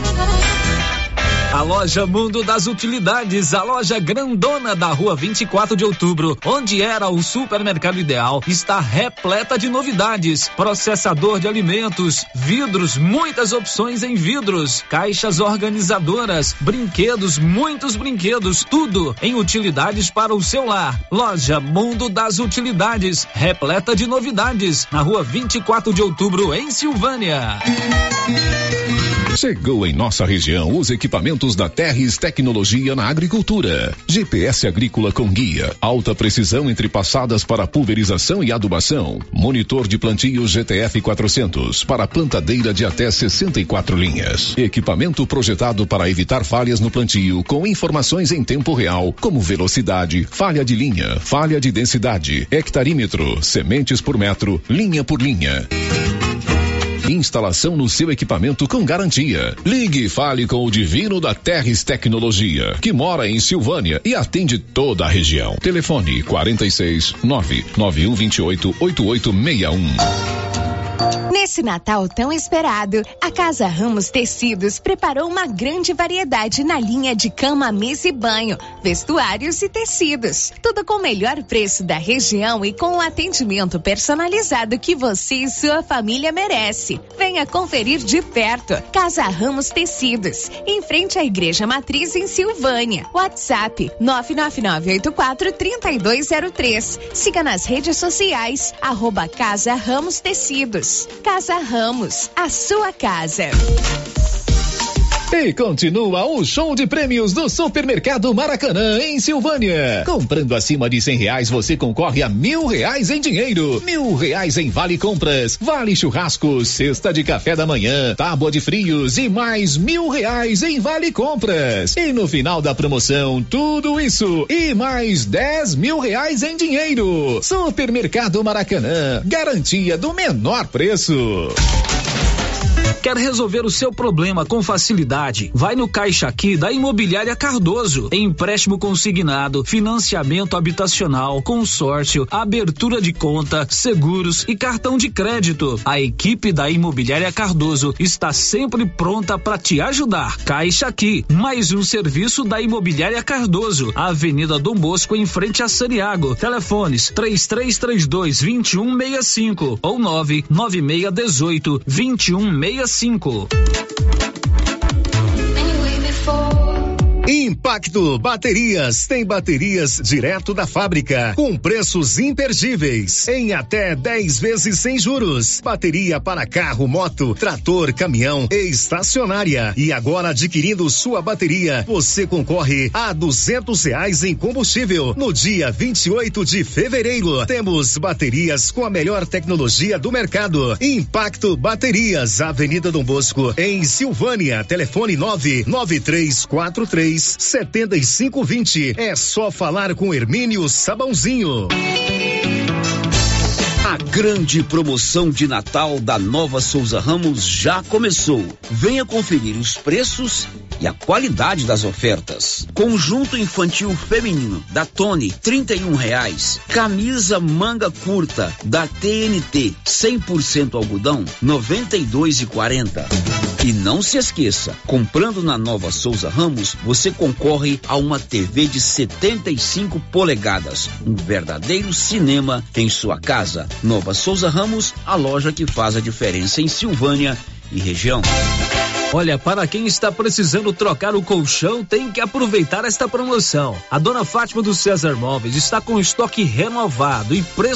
A loja Mundo das Utilidades, a loja grandona da rua vinte e quatro de outubro, onde era o supermercado ideal, está repleta de novidades. Processador de alimentos, vidros, muitas opções em vidros, caixas organizadoras, brinquedos, muitos brinquedos, tudo em utilidades para o seu lar. Loja Mundo das Utilidades, repleta de novidades, na rua vinte e quatro de outubro, em Silvânia. Chegou em nossa região os equipamentos da Terres Tecnologia na Agricultura. G P S agrícola com guia, alta precisão entre passadas para pulverização e adubação. Monitor de plantio G T F quatrocentos para plantadeira de até sessenta e quatro linhas. Equipamento projetado para evitar falhas no plantio com informações em tempo real, como velocidade, falha de linha, falha de densidade, hectarímetro, sementes por metro, linha por linha. Instalação no seu equipamento com garantia. Ligue e fale com o Divino da Terres Tecnologia, que mora em Silvânia e atende toda a região. Telefone quarenta e seis, nove nove um dois oito, oito oito seis um. Nesse Natal tão esperado, a Casa Ramos Tecidos preparou uma grande variedade na linha de cama, mesa e banho, vestuários e tecidos. Tudo com o melhor preço da região e com o atendimento personalizado que você e sua família merece. Venha conferir de perto. Casa Ramos Tecidos, em frente à Igreja Matriz em Silvânia. WhatsApp nove nove nove oito quatro, três dois zero três. Siga nas redes sociais, arroba Casa Ramos Tecidos. Casa Ramos, a sua casa. E continua o show de prêmios do Supermercado Maracanã, em Silvânia. Comprando acima de cem reais, você concorre a mil reais em dinheiro, mil reais em vale compras, vale churrasco, cesta de café da manhã, tábua de frios e mais mil reais em vale compras. E no final da promoção, tudo isso e mais dez mil reais em dinheiro. Supermercado Maracanã, garantia do menor preço. Quer resolver o seu problema com facilidade? Vai no Caixa Aqui da Imobiliária Cardoso. Empréstimo consignado, financiamento habitacional, consórcio, abertura de conta, seguros e cartão de crédito. A equipe da Imobiliária Cardoso está sempre pronta para te ajudar. Caixa Aqui, mais um serviço da Imobiliária Cardoso. Avenida Dom Bosco, em frente a Saniago. Telefones três três três dois, dois um seis cinco ou nove nove seis um oito, dois um seis cinco. Impacto Baterias tem baterias direto da fábrica com preços imperdíveis em até dez vezes sem juros. Bateria para carro, moto, trator, caminhão e estacionária. E agora, adquirindo sua bateria, você concorre a duzentos reais em combustível. No dia vinte e oito de fevereiro, temos baterias com a melhor tecnologia do mercado. Impacto Baterias, Avenida Dom Bosco, em Silvânia. Telefone nove nove três quatro três setenta e cinco vinte. É só falar com Hermínio Sabãozinho. A grande promoção de Natal da Nova Souza Ramos já começou. Venha conferir os preços e a qualidade das ofertas. Conjunto infantil feminino da Tony, trinta e um reais. Camisa manga curta da T N T, cem por cento algodão, noventa e dois e quarenta. E não se esqueça, comprando na Nova Souza Ramos, você concorre a uma T V de setenta e cinco polegadas, um verdadeiro cinema em sua casa. Nova Souza Ramos, a loja que faz a diferença em Silvânia e região. Olha, para quem está precisando trocar o colchão, tem que aproveitar esta promoção. A dona Fátima do César Móveis está com estoque renovado e preço